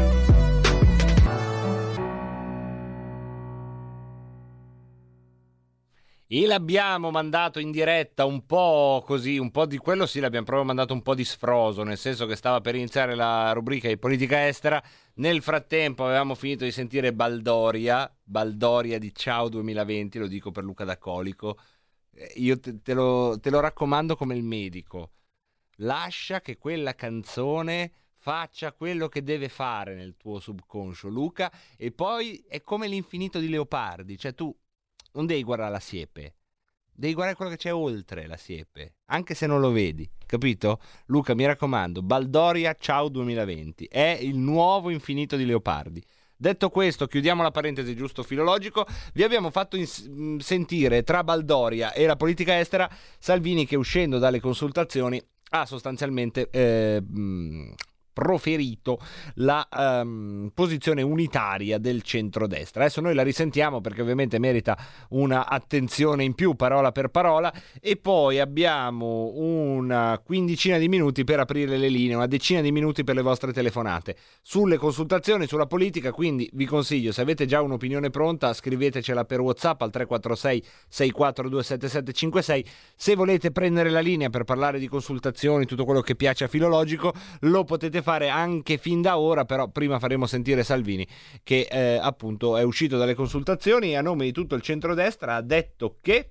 E l'abbiamo mandato in diretta un po' così, un po' di quello sì, l'abbiamo proprio mandato un po' di sfroso, nel senso che stava per iniziare la rubrica di politica estera. Nel frattempo avevamo finito di sentire Baldoria di Ciao 2020, lo dico per Luca D'Acolico. Io te lo raccomando come il medico. Lascia che quella canzone faccia quello che deve fare nel tuo subconscio, Luca, e poi è come l'infinito di Leopardi, cioè tu non devi guardare la siepe, devi guardare quello che c'è oltre la siepe, anche se non lo vedi, capito? Luca, mi raccomando, Baldoria Ciao 2020 è il nuovo infinito di Leopardi. Detto questo, chiudiamo la parentesi giusto filologico. Vi abbiamo fatto sentire tra Baldoria e la politica estera Salvini che, uscendo dalle consultazioni, ha sostanzialmente proferito la posizione unitaria del centrodestra. Adesso noi la risentiamo perché ovviamente merita una attenzione in più, parola per parola, e poi abbiamo una quindicina di minuti per aprire le linee, una decina di minuti per le vostre telefonate sulle consultazioni, sulla politica. Quindi vi consiglio, se avete già un'opinione pronta, scrivetecela per WhatsApp al 346 642 7756. Se volete prendere la linea per parlare di consultazioni, tutto quello che piace a Filologico, lo potete fare anche fin da ora, però prima faremo sentire Salvini che appunto è uscito dalle consultazioni e a nome di tutto il centrodestra ha detto che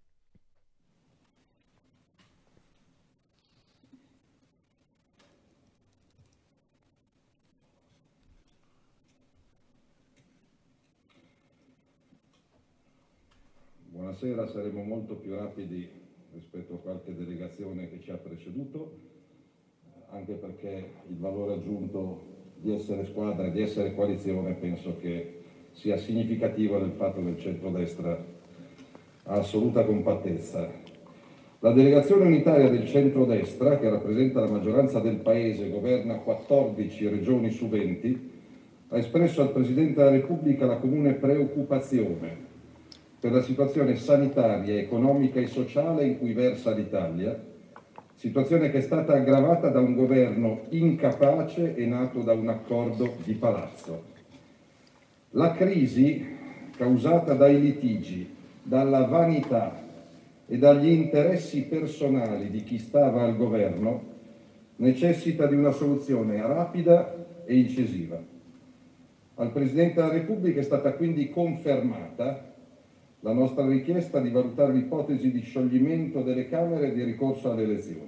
Buonasera, saremo molto più rapidi rispetto a qualche delegazione che ci ha preceduto, anche perché il valore aggiunto di essere squadra e di essere coalizione penso che sia significativo del fatto che il centrodestra ha assoluta compattezza. La delegazione unitaria del centrodestra, che rappresenta la maggioranza del Paese, governa 14 regioni su 20, ha espresso al Presidente della Repubblica la comune preoccupazione per la situazione sanitaria, economica e sociale in cui versa l'Italia, situazione che è stata aggravata da un governo incapace e nato da un accordo di palazzo. La crisi causata dai litigi, dalla vanità e dagli interessi personali di chi stava al governo necessita di una soluzione rapida e incisiva. Al Presidente della Repubblica è stata quindi confermata la nostra richiesta di valutare l'ipotesi di scioglimento delle Camere e di ricorso alle elezioni.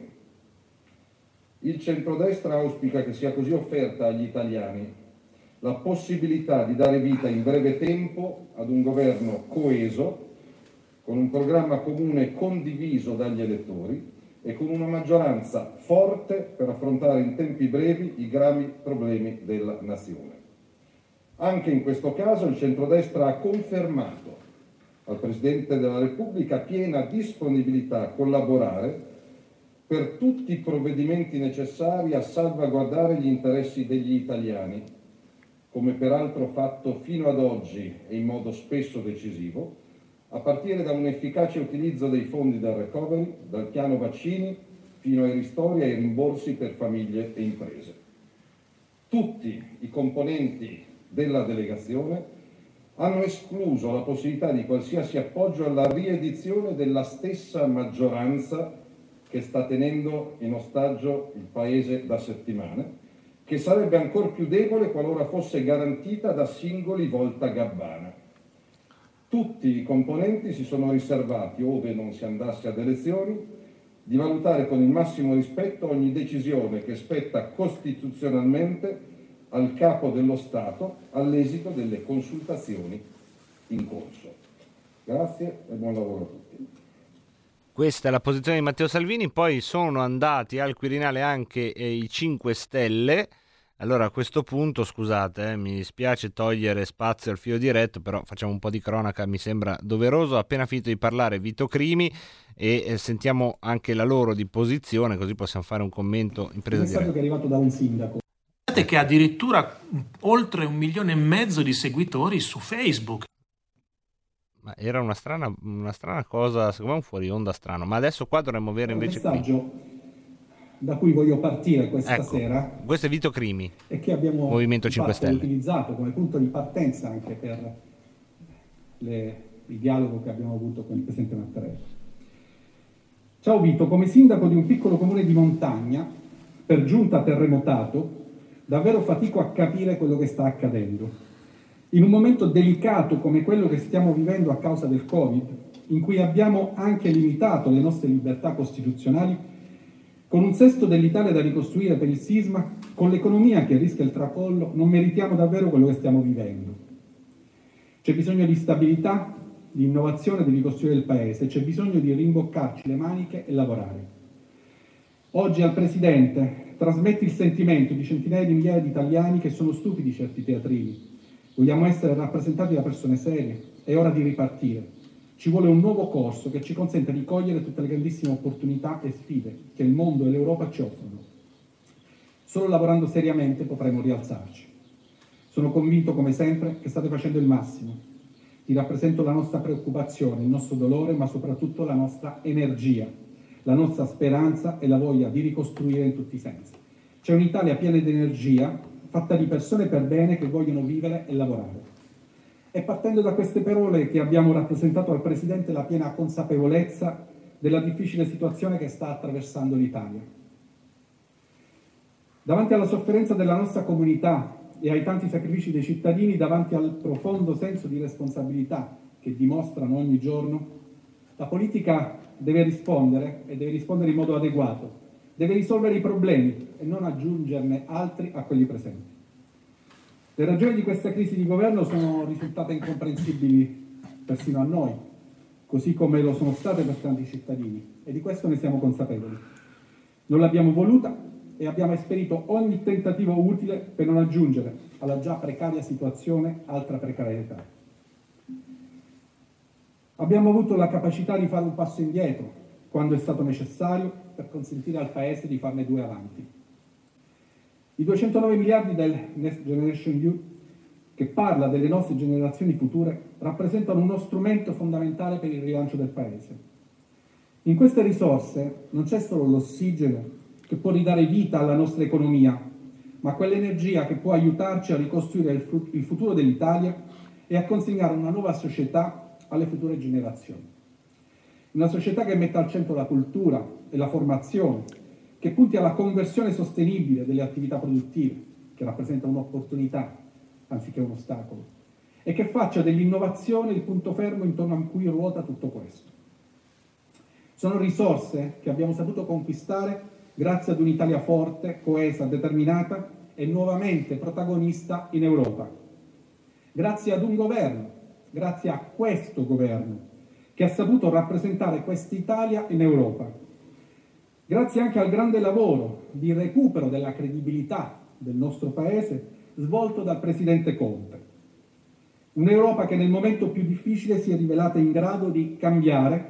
Il centrodestra auspica che sia così offerta agli italiani la possibilità di dare vita in breve tempo ad un governo coeso, con un programma comune condiviso dagli elettori e con una maggioranza forte per affrontare in tempi brevi i gravi problemi della nazione. Anche in questo caso il centrodestra ha confermato al Presidente della Repubblica piena disponibilità a collaborare per tutti i provvedimenti necessari a salvaguardare gli interessi degli italiani, come peraltro fatto fino ad oggi e in modo spesso decisivo, a partire da un efficace utilizzo dei fondi del recovery, dal piano vaccini fino ai ristori e ai rimborsi per famiglie e imprese. Tutti i componenti della delegazione hanno escluso la possibilità di qualsiasi appoggio alla riedizione della stessa maggioranza che sta tenendo in ostaggio il Paese da settimane, che sarebbe ancor più debole qualora fosse garantita da singoli voltagabbana. Tutti i componenti si sono riservati, ove non si andasse ad elezioni, di valutare con il massimo rispetto ogni decisione che spetta costituzionalmente al capo dello Stato all'esito delle consultazioni in corso. Grazie e buon lavoro a tutti. Questa è la posizione di Matteo Salvini. Poi sono andati al Quirinale anche i 5 Stelle. Allora a questo punto, scusate, mi dispiace togliere spazio al filo diretto, però facciamo un po' di cronaca, mi sembra doveroso. Ha appena finito di parlare Vito Crimi e sentiamo anche la loro di posizione, così possiamo fare un commento in presa diretta. Il messaggio che è arrivato da un sindaco. Pensate che addirittura oltre 1,5 milioni di seguitori su Facebook. Ma era una strana cosa, secondo me un fuori onda strano, ma adesso qua dovremmo avere invece... Il messaggio da cui voglio partire questa sera... Questo è Vito Crimi, e che abbiamo Movimento 5 Stelle. utilizzato come punto di partenza anche per il dialogo che abbiamo avuto con il Presidente Mattarella. Ciao Vito, come sindaco di un piccolo comune di montagna, per giunta terremotato, davvero fatico a capire quello che sta accadendo. In un momento delicato come quello che stiamo vivendo a causa del Covid, in cui abbiamo anche limitato le nostre libertà costituzionali, con un sesto dell'Italia da ricostruire per il sisma, con l'economia che rischia il tracollo, non meritiamo davvero quello che stiamo vivendo. C'è bisogno di stabilità, di innovazione, di ricostruire il Paese, c'è bisogno di rimboccarci le maniche e lavorare. Oggi al Presidente trasmetti il sentimento di centinaia di migliaia di italiani che sono stufi di certi teatrini. Vogliamo essere rappresentati da persone serie, è ora di ripartire. Ci vuole un nuovo corso che ci consenta di cogliere tutte le grandissime opportunità e sfide che il mondo e l'Europa ci offrono. Solo lavorando seriamente potremo rialzarci. Sono convinto, come sempre, che state facendo il massimo. Ti rappresento la nostra preoccupazione, il nostro dolore, ma soprattutto la nostra energia, la nostra speranza e la voglia di ricostruire in tutti i sensi. C'è un'Italia piena di energia, fatta di persone per bene che vogliono vivere e lavorare. È partendo da queste parole che abbiamo rappresentato al Presidente la piena consapevolezza della difficile situazione che sta attraversando l'Italia. Davanti alla sofferenza della nostra comunità e ai tanti sacrifici dei cittadini, davanti al profondo senso di responsabilità che dimostrano ogni giorno, la politica deve rispondere e deve rispondere in modo adeguato. Deve risolvere i problemi e non aggiungerne altri a quelli presenti. Le ragioni di questa crisi di governo sono risultate incomprensibili persino a noi, così come lo sono state per tanti cittadini, e di questo ne siamo consapevoli. Non l'abbiamo voluta e abbiamo esperito ogni tentativo utile per non aggiungere alla già precaria situazione altra precarietà. Abbiamo avuto la capacità di fare un passo indietro quando è stato necessario per consentire al Paese di farne 2 avanti. I 209 miliardi del Next Generation EU, che parla delle nostre generazioni future, rappresentano uno strumento fondamentale per il rilancio del Paese. In queste risorse non c'è solo l'ossigeno che può ridare vita alla nostra economia, ma quell'energia che può aiutarci a ricostruire il futuro dell'Italia e a consegnare una nuova società alle future generazioni. Una società che metta al centro la cultura e la formazione, che punti alla conversione sostenibile delle attività produttive, che rappresenta un'opportunità anziché un ostacolo, e che faccia dell'innovazione il punto fermo intorno a cui ruota tutto questo. Sono risorse che abbiamo saputo conquistare grazie ad un'Italia forte, coesa, determinata e nuovamente protagonista in Europa. Grazie ad un governo, grazie a questo governo, che ha saputo rappresentare quest'Italia in Europa. Grazie anche al grande lavoro di recupero della credibilità del nostro Paese svolto dal Presidente Conte. Un'Europa che nel momento più difficile si è rivelata in grado di cambiare,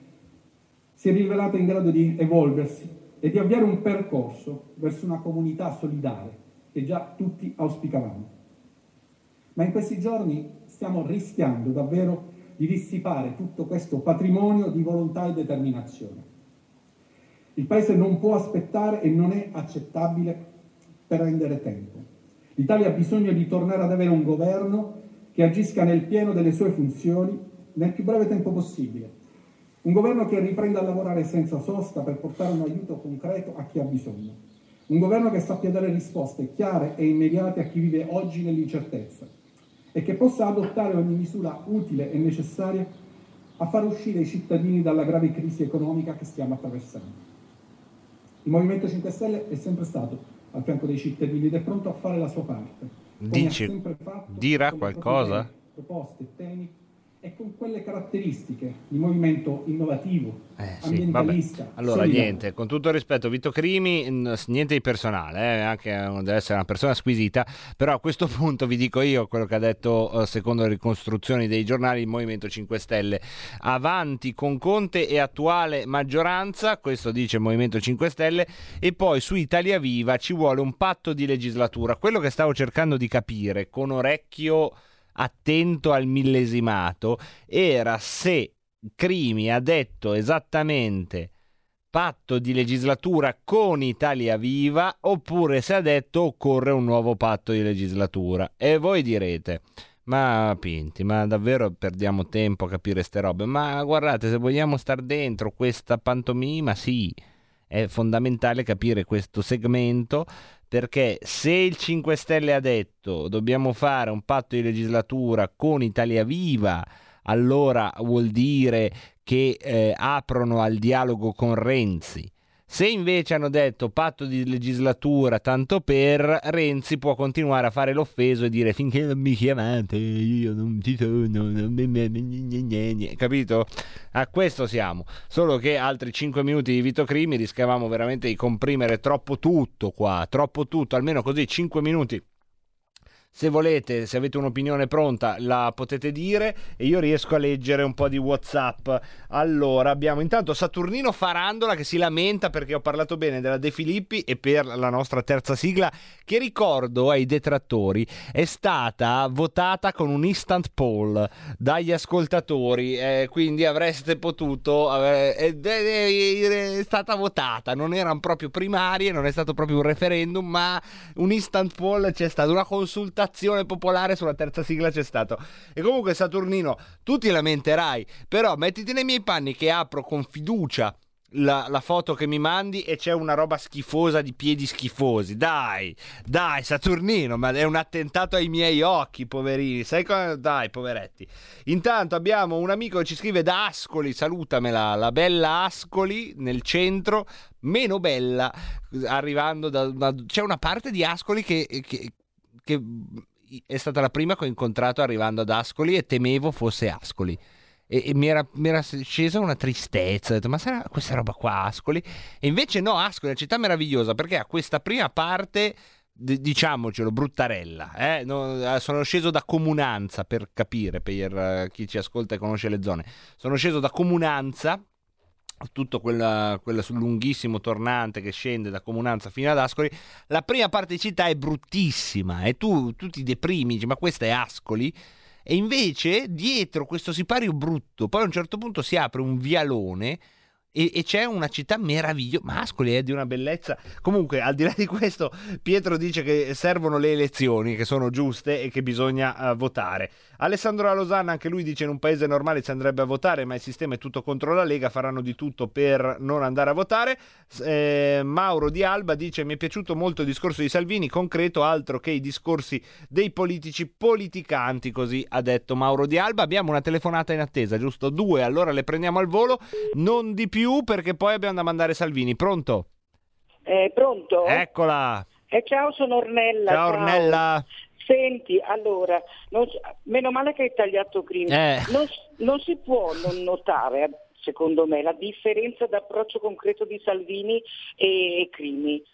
si è rivelata in grado di evolversi e di avviare un percorso verso una comunità solidale che già tutti auspicavamo. Ma in questi giorni stiamo rischiando davvero di dissipare tutto questo patrimonio di volontà e determinazione. Il Paese non può aspettare e non è accettabile prendere tempo. L'Italia ha bisogno di tornare ad avere un governo che agisca nel pieno delle sue funzioni nel più breve tempo possibile. Un governo che riprenda a lavorare senza sosta per portare un aiuto concreto a chi ha bisogno. Un governo che sappia dare risposte chiare e immediate a chi vive oggi nell'incertezza e che possa adottare ogni misura utile e necessaria a far uscire i cittadini dalla grave crisi economica che stiamo attraversando. Il Movimento 5 Stelle è sempre stato al fianco dei cittadini ed è pronto a fare la sua parte. Dirà qualcosa? Proposte, temi e con quelle caratteristiche di movimento innovativo, ambientalista. Vabbè. Allora, solidale. niente, con tutto il rispetto, Vito Crimi, niente di personale, anche deve essere una persona squisita, però a questo punto vi dico io quello che ha detto, secondo le ricostruzioni dei giornali, il Movimento 5 Stelle. Avanti con Conte e attuale maggioranza, questo dice il Movimento 5 Stelle, e poi su Italia Viva ci vuole un patto di legislatura. Quello che stavo cercando di capire con orecchio attento al millesimato era se Crimi ha detto esattamente patto di legislatura con Italia Viva oppure se ha detto occorre un nuovo patto di legislatura. E voi direte: ma Pinti, ma davvero perdiamo tempo a capire ste robe? Ma guardate, se vogliamo star dentro questa pantomima, sì, è fondamentale capire questo segmento, perché se il 5 Stelle ha detto dobbiamo fare un patto di legislatura con Italia Viva, allora vuol dire che aprono al dialogo con Renzi. Se invece hanno detto patto di legislatura tanto per, Renzi può continuare a fare l'offeso e dire finché non mi chiamate io non ci sono, capito? A questo siamo, solo che altri 5 minuti di Vito Crimi rischiavamo veramente di comprimere troppo tutto qua, troppo tutto, almeno così 5 minuti. Se volete, se avete un'opinione pronta, la potete dire e io riesco a leggere un po' di WhatsApp. Allora, abbiamo intanto Saturnino Farandola che si lamenta perché ho parlato bene della De Filippi e per la nostra terza sigla, che ricordo ai detrattori è stata votata con un instant poll dagli ascoltatori, quindi avreste potuto è stata votata, non erano proprio primarie, non è stato proprio un referendum, ma un instant poll, c'è stata una consultazione popolare sulla terza sigla, c'è stato. E comunque Saturnino, tu ti lamenterai, però mettiti nei miei panni che apro con fiducia la foto che mi mandi e c'è una roba schifosa di piedi schifosi. Dai Saturnino, ma è un attentato ai miei occhi, poverini, sai cosa? Dai, poveretti. Intanto abbiamo un amico che ci scrive da Ascoli, salutamela, la bella Ascoli nel centro, meno bella, arrivando c'è una parte di Ascoli che è stata la prima che ho incontrato arrivando ad Ascoli e temevo fosse Ascoli. E mi era scesa una tristezza, ho detto ma sarà questa roba qua Ascoli? E invece no, Ascoli è una città meravigliosa perché ha questa prima parte, diciamocelo, bruttarella, sono sceso da Comunanza, per capire, per chi ci ascolta e conosce le zone, sono sceso da Comunanza, tutto quella sul lunghissimo tornante che scende da Comunanza fino ad Ascoli. La prima parte di città è bruttissima e tu ti deprimi, dici, ma questa è Ascoli? E invece dietro questo sipario brutto poi a un certo punto si apre un vialone e c'è una città meravigliosa, ma Ascoli è di una bellezza. Comunque, al di là di questo, Pietro dice che servono le elezioni, che sono giuste e che bisogna votare. Alessandro La Losanna, anche lui dice in un paese normale si andrebbe a votare, ma il sistema è tutto contro la Lega, faranno di tutto per non andare a votare. Mauro Di Alba dice mi è piaciuto molto il discorso di Salvini, concreto, altro che i discorsi dei politici politicanti, così ha detto Mauro Di Alba. Abbiamo una telefonata in attesa, giusto? 2, allora le prendiamo al volo, non di più, perché poi abbiamo da mandare Salvini. Pronto? Pronto? Eccola. Ciao, sono Ornella. Ciao Ornella. Senti, allora, meno male che hai tagliato Crimi. Non si può non notare, secondo me, la differenza d'approccio concreto di Salvini e Crimi.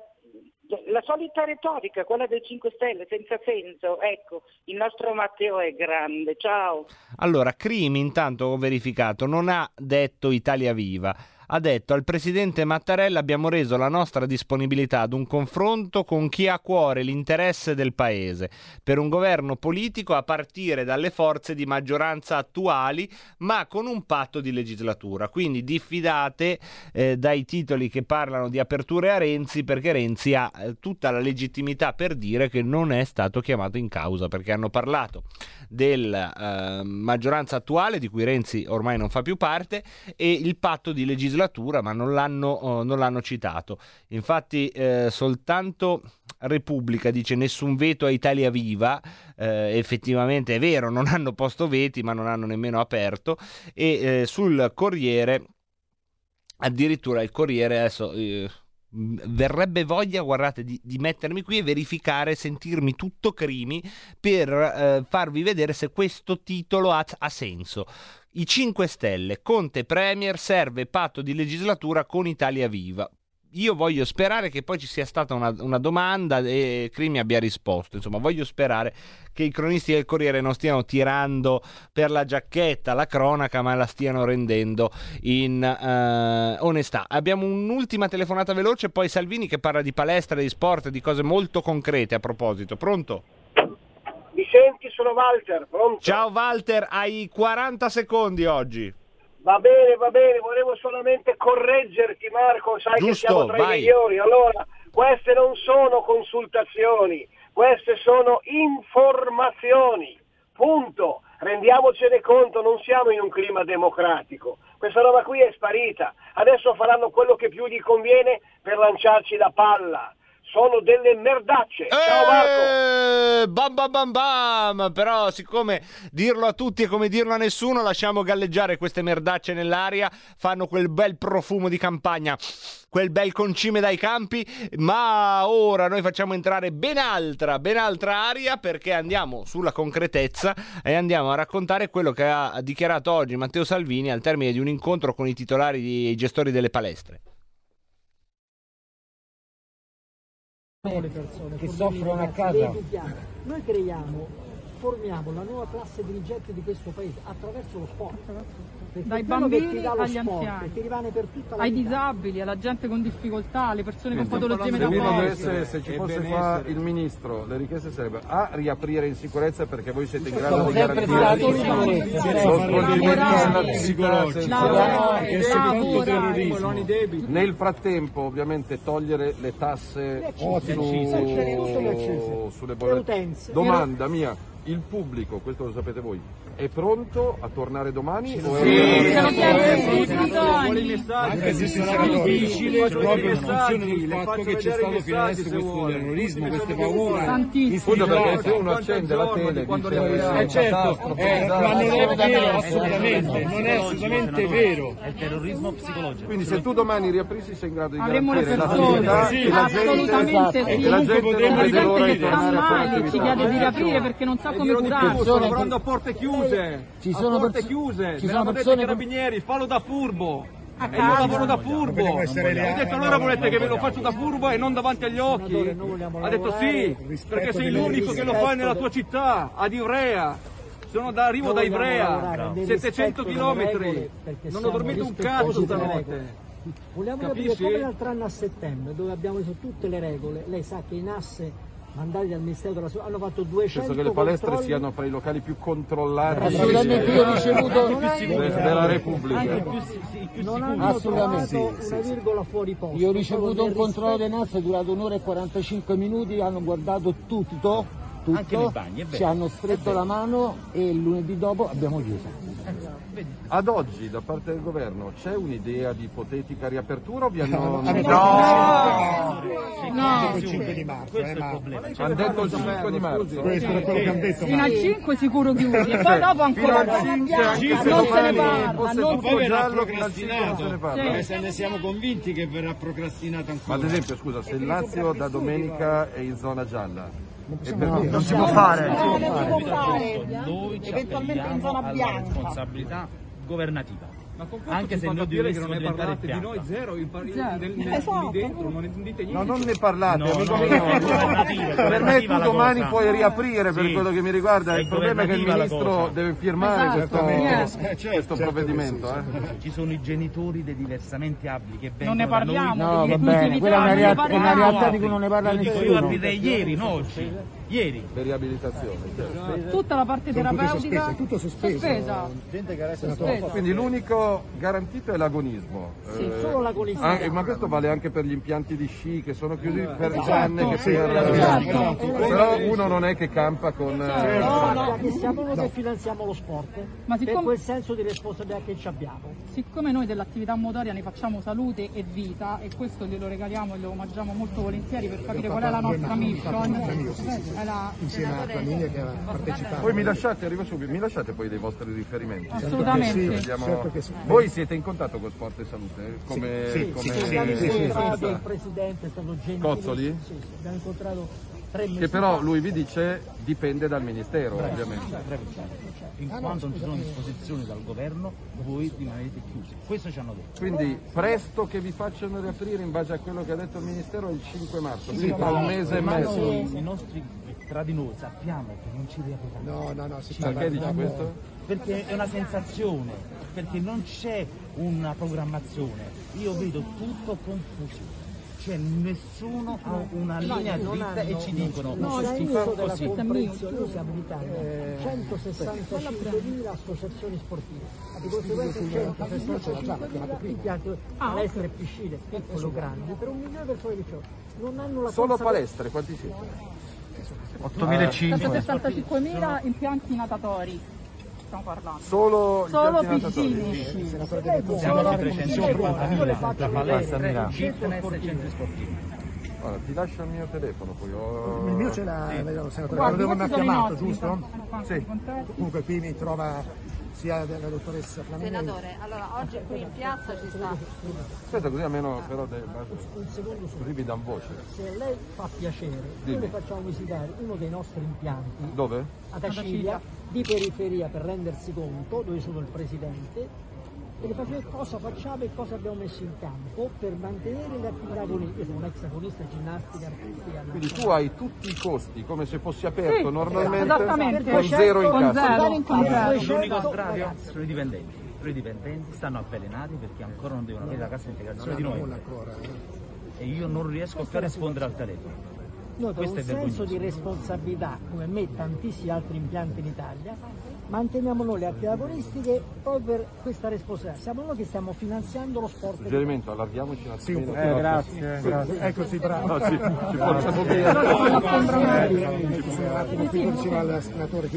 La solita retorica, quella dei 5 Stelle, senza senso. Ecco, il nostro Matteo è grande. Ciao. Allora, Crimi, intanto ho verificato, non ha detto Italia Viva. Ha detto al presidente Mattarella abbiamo reso la nostra disponibilità ad un confronto con chi ha a cuore l'interesse del paese per un governo politico a partire dalle forze di maggioranza attuali, ma con un patto di legislatura. Quindi diffidate dai titoli che parlano di aperture a Renzi, perché Renzi ha tutta la legittimità per dire che non è stato chiamato in causa, perché hanno parlato della maggioranza attuale di cui Renzi ormai non fa più parte e il patto di legislatura, ma non l'hanno citato. Infatti soltanto Repubblica dice nessun veto a Italia Viva, effettivamente è vero, non hanno posto veti ma non hanno nemmeno aperto, e sul Corriere addirittura il Corriere adesso verrebbe voglia, guardate, di mettermi qui e verificare, sentirmi tutto crimi per farvi vedere se questo titolo ha senso. I 5 Stelle, Conte Premier, serve patto di legislatura con Italia Viva. Io voglio sperare che poi ci sia stata una domanda e Crimi abbia risposto. Insomma, voglio sperare che i cronisti del Corriere non stiano tirando per la giacchetta la cronaca, ma la stiano rendendo in onestà. Abbiamo un'ultima telefonata veloce, poi Salvini che parla di palestra, di sport, di cose molto concrete a proposito. Pronto? Mi senti? Sono Walter, pronto? Ciao Walter, hai 40 secondi oggi. Va bene, volevo solamente correggerti Marco, sai che siamo tra i migliori. Allora, queste non sono consultazioni, queste sono informazioni, punto. Rendiamocene conto, non siamo in un clima democratico, questa roba qui è sparita, adesso faranno quello che più gli conviene per lanciarci la palla. Sono delle merdacce. Ciao Marco. Bam bam bam bam. Però siccome dirlo a tutti è come dirlo a nessuno, lasciamo galleggiare queste merdacce nell'aria. Fanno quel bel profumo di campagna, quel bel concime dai campi. Ma ora noi facciamo entrare ben altra aria, perché andiamo sulla concretezza e andiamo a raccontare quello che ha dichiarato oggi Matteo Salvini al termine di un incontro con i titolari e i gestori delle palestre. Le persone che soffrono a casa. Noi formiamo la nuova classe dirigente di questo paese attraverso lo sport. Dai bambini agli anziani, che rimane per tutta la ai vita. Disabili, alla gente con difficoltà, alle persone con patologie metaboliche. Se ci fosse qua il ministro, le richieste sarebbero a riaprire in sicurezza, perché voi siete in grado di garantire lo svolgimento della nel frattempo ovviamente togliere le tasse sulle bollette. Domanda mia, il pubblico, questo lo sapete voi, è pronto a tornare domani? Anche se sarà difficile, proprio in funzione del fatto che c'è stato fino adesso questo terrorismo, queste paure. Scusa, perché se uno accende la tele dice certo, ma non è vero assolutamente, non è assolutamente vero. È il terrorismo psicologico. Quindi se tu domani riaprissi sei in grado di avremo le garantire persone, assolutamente sì. E la gente non vede l'ora di tornare a ci chiede di riaprire perché non sa come curarsi. Sto lavorando a porte chiuse. Ci sono porte chiuse, ci me sono l'hanno detto i carabinieri, fallo da furbo. E io lavoro da furbo. Ho detto allora volete che ve lo faccio da furbo e non davanti agli occhi? Ha detto sì, perché sei l'unico che lo fa nella tua città, ad Ivrea. Arrivo da Ivrea, 700 chilometri, non ho dormito un cazzo stanotte. Vogliamo capire come l'altro anno a settembre, dove abbiamo messo tutte le regole. Lei sa che in asse mandati dal Ministero della Salute hanno fatto 200 penso che le palestre siano fra i locali più controllati assolutamente. Io ho ricevuto della Repubblica, non hanno trovato una virgola fuori posto. Io ho ricevuto un controllo di NAS durato 1 ora e 45 minuti, hanno guardato tutto, anche nei bagni, ci hanno stretto la mano e lunedì dopo abbiamo chiuso. Ad oggi da parte del governo c'è un'idea di ipotetica riapertura o vi hanno... No! Il 5 di marzo, questo è il problema. Hanno detto il 5 di marzo. Questo è quello che hanno detto. Fino al 5 sicuro chiusi, e poi dopo ancora non se ne parla, non poi verrà procrastinato. Ne siamo convinti che verrà procrastinato ancora. Ma ad esempio, scusa, se il Lazio da domenica è in zona gialla, non si può fare. Noi ci appelliamo alla responsabilità governativa. Ma con anche se noi dovessimo diventare di noi zero, lì dentro non dite niente. No, non ne parlate, amico mio. Per me tu domani puoi riaprire, per quello che mi riguarda. Il problema è che il ministro deve firmare questo provvedimento. Ci sono i genitori dei diversamente abili che vengono. Non ne parliamo. No, va bene, quella è una realtà di cui non ne parla nessuno. Io aprirei ieri, non oggi. Ieri. Per riabilitazione. Tutta la parte terapeutica tutto sospesa. Quindi l'unico garantito è l'agonismo. Sì, solo l'agonismo. Ma questo vale anche per gli impianti di sci che sono chiusi per anni. Però uno non è che campa con... No, che siamo noi che finanziamo lo sport. Ma per quel senso di responsabilità che ci abbiamo. Siccome noi dell'attività motoria ne facciamo salute e vita, e questo glielo regaliamo e lo omaggiamo molto volentieri per capire qual è la nostra mission. Insieme alla famiglia che ha partecipato. Poi mi lasciate poi dei vostri riferimenti. Assolutamente. Certo che sì. Voi siete in contatto con Sport e Salute? Abbiamo incontrato il presidente, è stato gentile. Cozzoli? Sì, abbiamo incontrato 3 mesi Che però lui vi dice dipende dal Ministero, ovviamente. In quanto non ci sono disposizioni dal governo, voi rimanete chiusi. Questo ci hanno detto. Quindi presto che vi facciano riaprire in base a quello che ha detto il Ministero è il 5 marzo, quindi tra un mese e mezzo. I nostri tra di noi sappiamo che non ci riapriranno. No. Perché dice questo? Perché è una sensazione, perché non c'è una programmazione. Io vedo tutto confuso. Cioè nessuno ha una linea dritta e ci dicono si fa così. Noi siamo in Italia, 165.000 associazioni sportive, di conseguenza 165.000 impianti, palestre e piscine, piccole o grandi, per 1 milione di persone di ciò. Non hanno la Solo palestre, quanti siete? 8.500. 165.000 impianti natatori. Stiamo parlando. Solo piscine. Siamo a 350.000 la palestra Milano. Fitness e centri sportivi. Allora, ti lascio il mio telefono poi. Il mio ce l'ha, senatore, lo devo aver chiamato, giusto? Sì. Comunque qui mi trova sia della dottoressa Flaminelli. Senatore, allora oggi qui in piazza ci sta. Aspetta, così almeno però un secondo così vi danno voce. Se lei fa piacere, noi le facciamo visitare uno dei nostri impianti. Dove? Ad Acilia, di periferia, per rendersi conto dove sono il presidente. E le faccio cosa facciamo e cosa abbiamo messo in campo per mantenere le attività agonistiche. Io sono un ex agonista, ginnastica, artistica. Quindi tu hai tutti i costi come se fossi aperto normalmente, esattamente, con zero in casa. L'unico sgravio sono i dipendenti. I dipendenti stanno avvelenati perché ancora non devono avere la cassa integrazione di noi. E io non riesco più a rispondere al telefono. Noi per un senso di responsabilità, come me tantissimi altri impianti in Italia, manteniamo noi le attività agonistiche proprio per questa responsabilità. Siamo noi che stiamo finanziando lo sport. Suggerimento, allarghiamoci un attimo. Grazie. Eccoci, bravo. No, ci portiamo via. Un attimo qui vicino al senatore.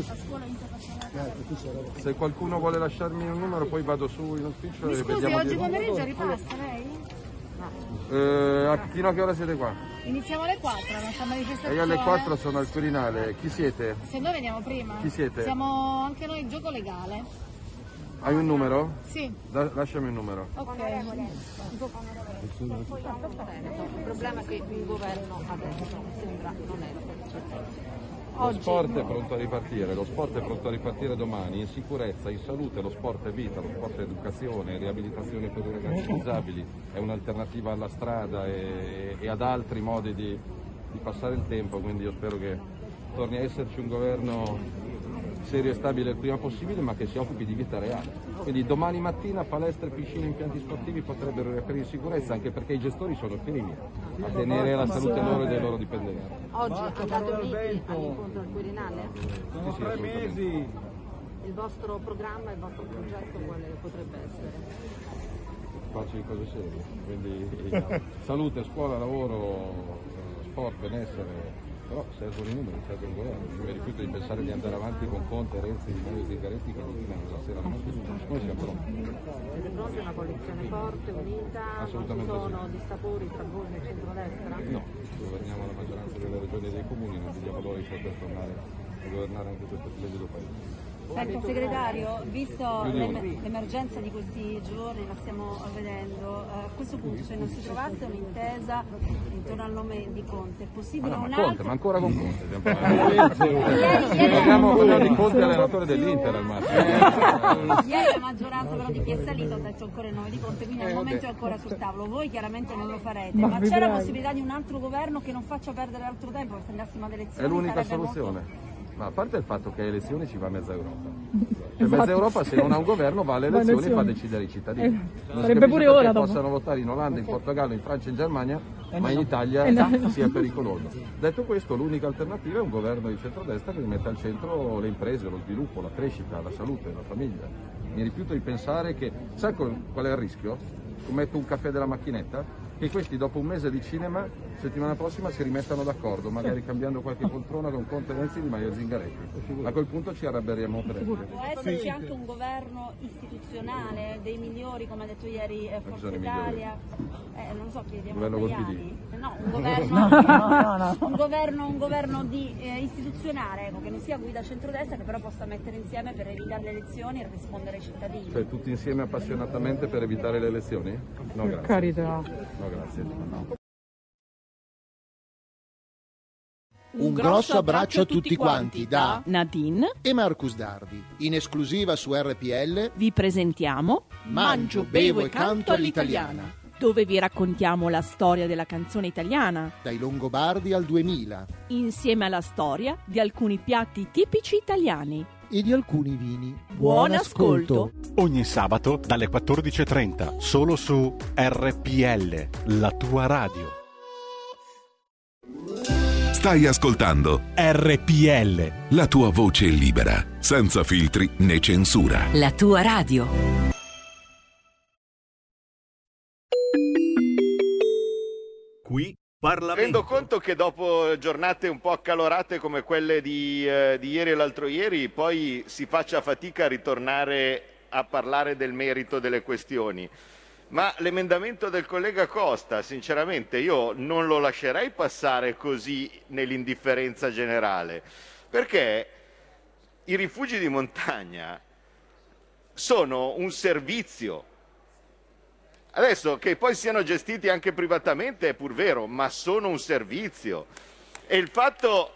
Se qualcuno vuole lasciarmi un numero poi vado su in ufficio e scusi, vediamo. Oggi pomeriggio ripassa lei? Fino a che ora siete qua? Iniziamo alle 4, la nostra manifestazione. E io alle 4 sono al Quirinale. Chi siete? Se noi veniamo prima. Chi siete? Siamo anche noi in gioco legale. Hai un numero? Sì. Lasciami un numero. Ok. Il problema è che il governo adesso sembra non essere. Lo sport è pronto a ripartire, lo sport è pronto a ripartire domani, in sicurezza, in salute, lo sport è vita, lo sport è educazione, riabilitazione per i ragazzi disabili, è un'alternativa alla strada e ad altri modi di passare il tempo, quindi io spero che torni a esserci un governo serio e stabile il prima possibile, ma che si occupi di vita reale. Quindi domani mattina palestre, piscine, impianti sportivi potrebbero riaprire in sicurezza, anche perché i gestori sono primi a tenere la salute loro e dei loro dipendenti. Oggi andate uniti all'incontro al Quirinale? Sono 3 mesi. Il vostro programma, il vostro progetto quale potrebbe essere? Faccio di cose serie, quindi salute, scuola, lavoro, sport, benessere. Però servono i numeri, serve il governo. Io mi rifiuto di pensare di andare avanti con Conte, Renzi, Di Maio e Zingaretti che dicono la sera non noi siamo pronti. Siete pronti a una coalizione forte, unita? Assolutamente non ci sono dissapori tra voi nel centrodestra? No, governiamo la maggioranza delle regioni e dei comuni, non vediamo l'ora di poter tornare a governare anche questo splendido paese. Senta, segretario, visto l'emergenza di questi giorni, la stiamo vedendo, a questo punto se non si trovasse un'intesa intorno al nome di Conte, è possibile un altro? Conte, ma ancora con Conte. Parliamo di Conte, allenatore dell'Inter al massimo. Ieri la maggioranza però di chi è salito ha detto ancora il nome di Conte, quindi al momento è ancora sul tavolo. Voi chiaramente non lo farete, ma c'è la possibilità di un altro governo che non faccia perdere altro tempo per andarsimo ad elezioni? È l'unica soluzione. Ma a parte il fatto che alle elezioni ci va mezza Europa. Cioè mezza Europa se non ha un governo va alle elezioni e fa decidere i cittadini. Sarebbe pure ora dopo. Possano votare in Olanda, in Portogallo, in Francia e in Germania, ma in Italia sia pericoloso. Detto questo, l'unica alternativa è un governo di centrodestra che metta al centro le imprese, lo sviluppo, la crescita, la salute, la famiglia. Mi rifiuto di pensare che... Sai qual è il rischio? Scommetto un caffè della macchinetta? che questi dopo un mese di cinema, settimana prossima si rimettano d'accordo, magari cambiando qualche poltrona con Conte, Renzi, Di Maio e Zingaretti. A quel punto ci arrabbieremo per Può esserci anche un governo istituzionale dei migliori, come ha detto ieri Forza Italia. Non lo so, chiediamo governo agli col anni. No, un governo istituzionale, ecco, che non sia guida centrodestra, che però possa mettere insieme per evitare le elezioni e rispondere ai cittadini. Cioè tutti insieme appassionatamente per evitare le elezioni? No, grazie. Carità. No, grazie. No. Un grosso abbraccio a tutti quanti da Nadine e Marcus Dardi. In esclusiva su RPL vi presentiamo Mangio, bevo e canto all'italiana, dove vi raccontiamo la storia della canzone italiana, dai Longobardi al 2000, insieme alla storia di alcuni piatti tipici italiani e di alcuni vini. Buon ascolto! Ogni sabato dalle 14:30 solo su RPL, la tua radio. Stai ascoltando RPL, la tua voce libera, senza filtri né censura. la tua radio. Qui Parlamento. Rendo conto che dopo giornate un po' accalorate come quelle di ieri e l'altro ieri, poi si faccia fatica a ritornare a parlare del merito delle questioni. Ma l'emendamento del collega Costa, sinceramente, io non lo lascerei passare così nell'indifferenza generale, perché i rifugi di montagna sono un servizio. Adesso che poi siano gestiti anche privatamente è pur vero, ma sono un servizio. E il fatto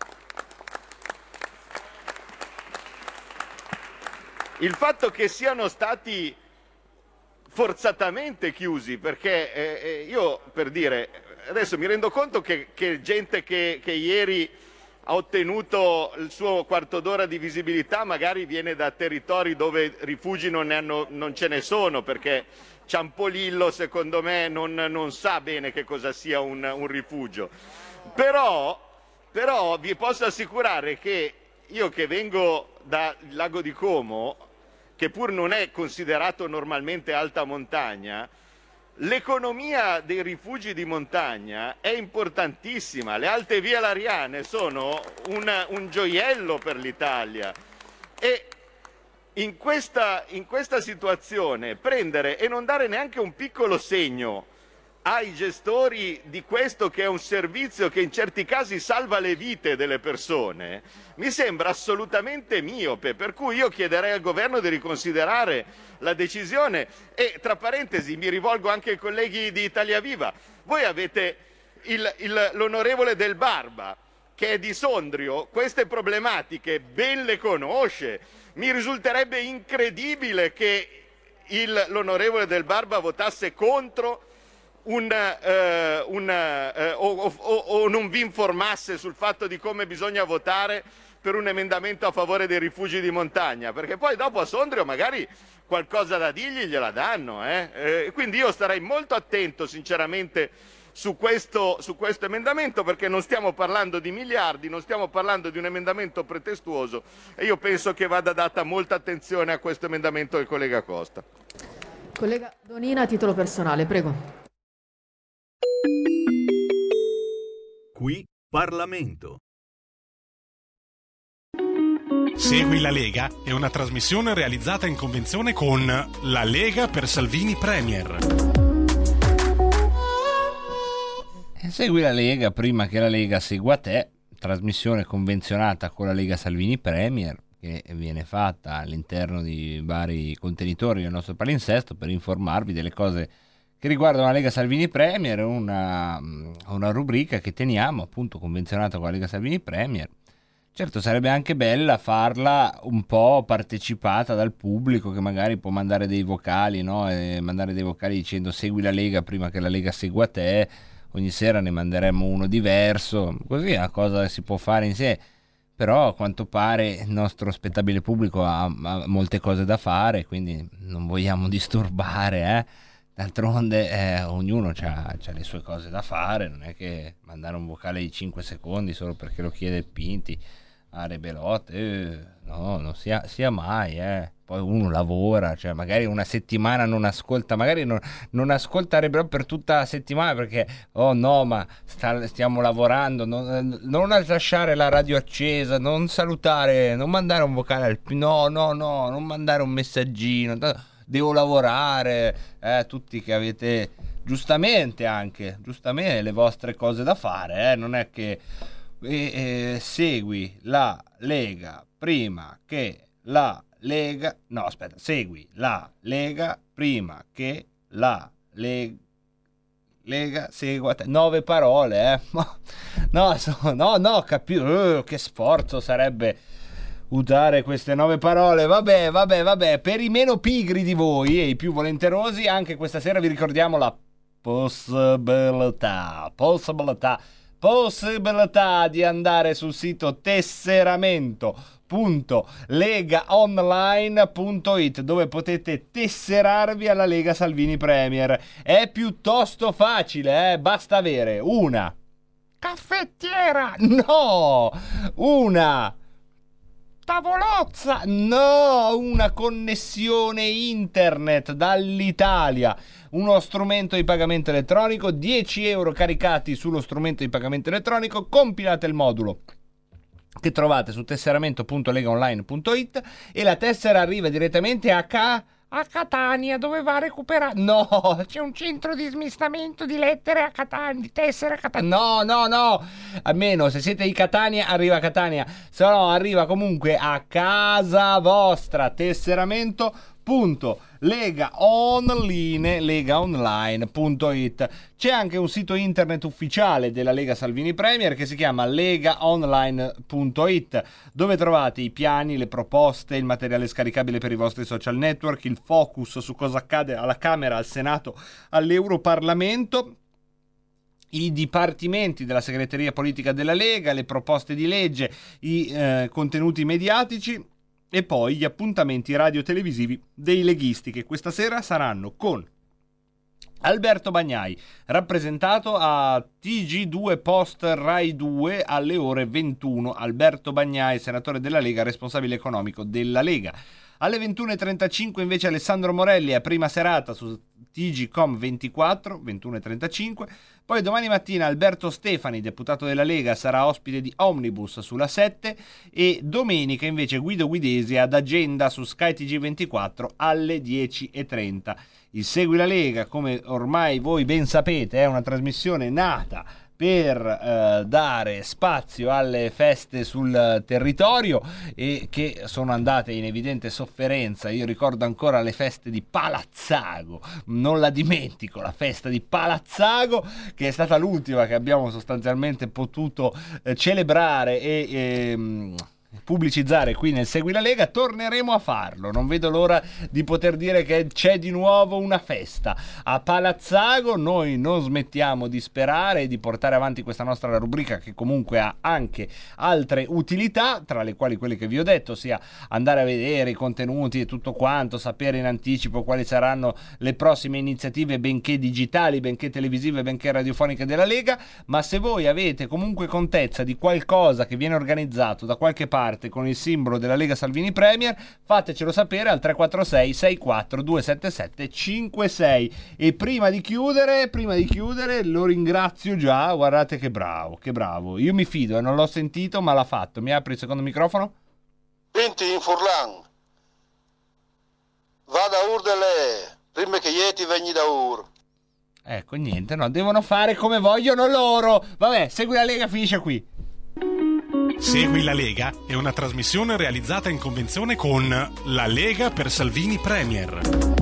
che siano stati forzatamente chiusi, perché io, per dire, adesso mi rendo conto che gente che ieri ha ottenuto il suo quarto d'ora di visibilità magari viene da territori dove rifugi non ce ne sono, perché Ciampolillo secondo me non sa bene che cosa sia un rifugio. Però vi posso assicurare che io, che vengo dal Lago di Como, che pur non è considerato normalmente alta montagna, l'economia dei rifugi di montagna è importantissima. Le alte vie lariane sono un gioiello per l'Italia e in questa situazione prendere e non dare neanche un piccolo segno ai gestori di questo, che è un servizio che in certi casi salva le vite delle persone, mi sembra assolutamente miope, per cui io chiederei al governo di riconsiderare la decisione. E tra parentesi mi rivolgo anche ai colleghi di Italia Viva: voi avete l'onorevole Del Barba, che è di Sondrio, queste problematiche ben le conosce. Mi risulterebbe incredibile che l'onorevole Del Barba votasse contro o non vi informasse sul fatto di come bisogna votare per un emendamento a favore dei rifugi di montagna, perché poi dopo a Sondrio magari qualcosa da dirgli gliela danno. Quindi io starei molto attento sinceramente su questo emendamento, perché non stiamo parlando di miliardi, non stiamo parlando di un emendamento pretestuoso, e io penso che vada data molta attenzione a questo emendamento del collega Costa. Collega Donina, a titolo personale, prego. Qui Parlamento. Segui la Lega è una trasmissione realizzata in convenzione con La Lega per Salvini Premier. Segui la Lega prima che la Lega segua te, trasmissione convenzionata con la Lega Salvini Premier, che viene fatta all'interno di vari contenitori del nostro palinsesto per informarvi delle cose che riguardano la Lega Salvini Premier, una rubrica che teniamo appunto convenzionata con la Lega Salvini Premier. Certo, sarebbe anche bella farla un po' partecipata dal pubblico, che magari può mandare dei vocali, no? E mandare dei vocali dicendo segui la Lega prima che la Lega segua te. Ogni sera ne manderemo uno diverso, così è una cosa che si può fare insieme. Però a quanto pare il nostro spettabile pubblico ha molte cose da fare, quindi non vogliamo disturbare, D'altronde ognuno ha le sue cose da fare, non è che mandare un vocale di 5 secondi solo perché lo chiede Pinti Rebelote, no, non sia mai, Poi uno lavora, cioè magari una settimana non ascolta, magari non ascolta Rebelote per tutta la settimana perché, oh no, ma stiamo lavorando, non lasciare la radio accesa, non salutare, non mandare un vocale no, non mandare un messaggino, devo lavorare, tutti che avete giustamente le vostre cose da fare, non è che segui la Lega prima che la Lega, no aspetta, segui la Lega prima che la Lega segua te. 9 parole, no, capito, che sforzo sarebbe usare queste 9 parole. Vabbè, per i meno pigri di voi e i più volenterosi, anche questa sera vi ricordiamo la possibilità di andare sul sito tesseramento.legaonline.it, dove potete tesserarvi alla Lega Salvini Premier. È piuttosto facile, basta avere una caffettiera, no, una tavolozza, no, una connessione internet dall'Italia, uno strumento di pagamento elettronico, 10 euro caricati sullo strumento di pagamento elettronico, compilate il modulo che trovate su tesseramento.legaonline.it e la tessera arriva direttamente a Catania, dove va a recuperare. No, c'è un centro di smistamento di lettere a Catania, di tessere a Catania. No, almeno se siete di Catania arriva a Catania, se no arriva comunque a casa vostra. Legaonline.it. C'è anche un sito internet ufficiale della Lega Salvini Premier che si chiama legaonline.it, dove trovate i piani, le proposte, il materiale scaricabile per i vostri social network, il focus su cosa accade alla Camera, al Senato, all'Europarlamento, i dipartimenti della segreteria politica della Lega, le proposte di legge, i contenuti mediatici e poi gli appuntamenti radio-televisivi dei leghisti, che questa sera saranno con Alberto Bagnai, rappresentato a TG2 Post Rai 2 alle ore 21. Alberto Bagnai, senatore della Lega, responsabile economico della Lega. Alle 21.35 invece Alessandro Morelli a prima serata su TGcom 24, 21.35. Poi domani mattina Alberto Stefani, deputato della Lega, sarà ospite di Omnibus sulla 7, e domenica invece Guido Guidesi ad Agenda su Sky TG24 alle 10.30. Il Segui la Lega, come ormai voi ben sapete, è una trasmissione nata per dare spazio alle feste sul territorio e che sono andate in evidente sofferenza. Io ricordo ancora le feste di Palazzago, non la dimentico, la festa di Palazzago, che è stata l'ultima che abbiamo sostanzialmente potuto celebrare e pubblicizzare qui nel Segui la Lega. Torneremo a farlo, non vedo l'ora di poter dire che c'è di nuovo una festa a Palazzago. Noi non smettiamo di sperare e di portare avanti questa nostra rubrica, che comunque ha anche altre utilità, tra le quali quelle che vi ho detto, sia andare a vedere i contenuti e tutto quanto, sapere in anticipo quali saranno le prossime iniziative, benché digitali, benché televisive, benché radiofoniche della Lega. Ma se voi avete comunque contezza di qualcosa che viene organizzato da qualche parte con il simbolo della Lega Salvini Premier, fatecelo sapere al 346 64 277 56. E prima di chiudere lo ringrazio già, guardate che bravo, io mi fido, non l'ho sentito ma l'ha fatto. Mi apri il secondo microfono? Pinti in Furlan, va da Urdele, prima che ieti vegni da Ur. Ecco, niente, no, devono fare come vogliono loro. Vabbè, Segui la Lega finisce qui. Segui la Lega è una trasmissione realizzata in convenzione con La Lega per Salvini Premier.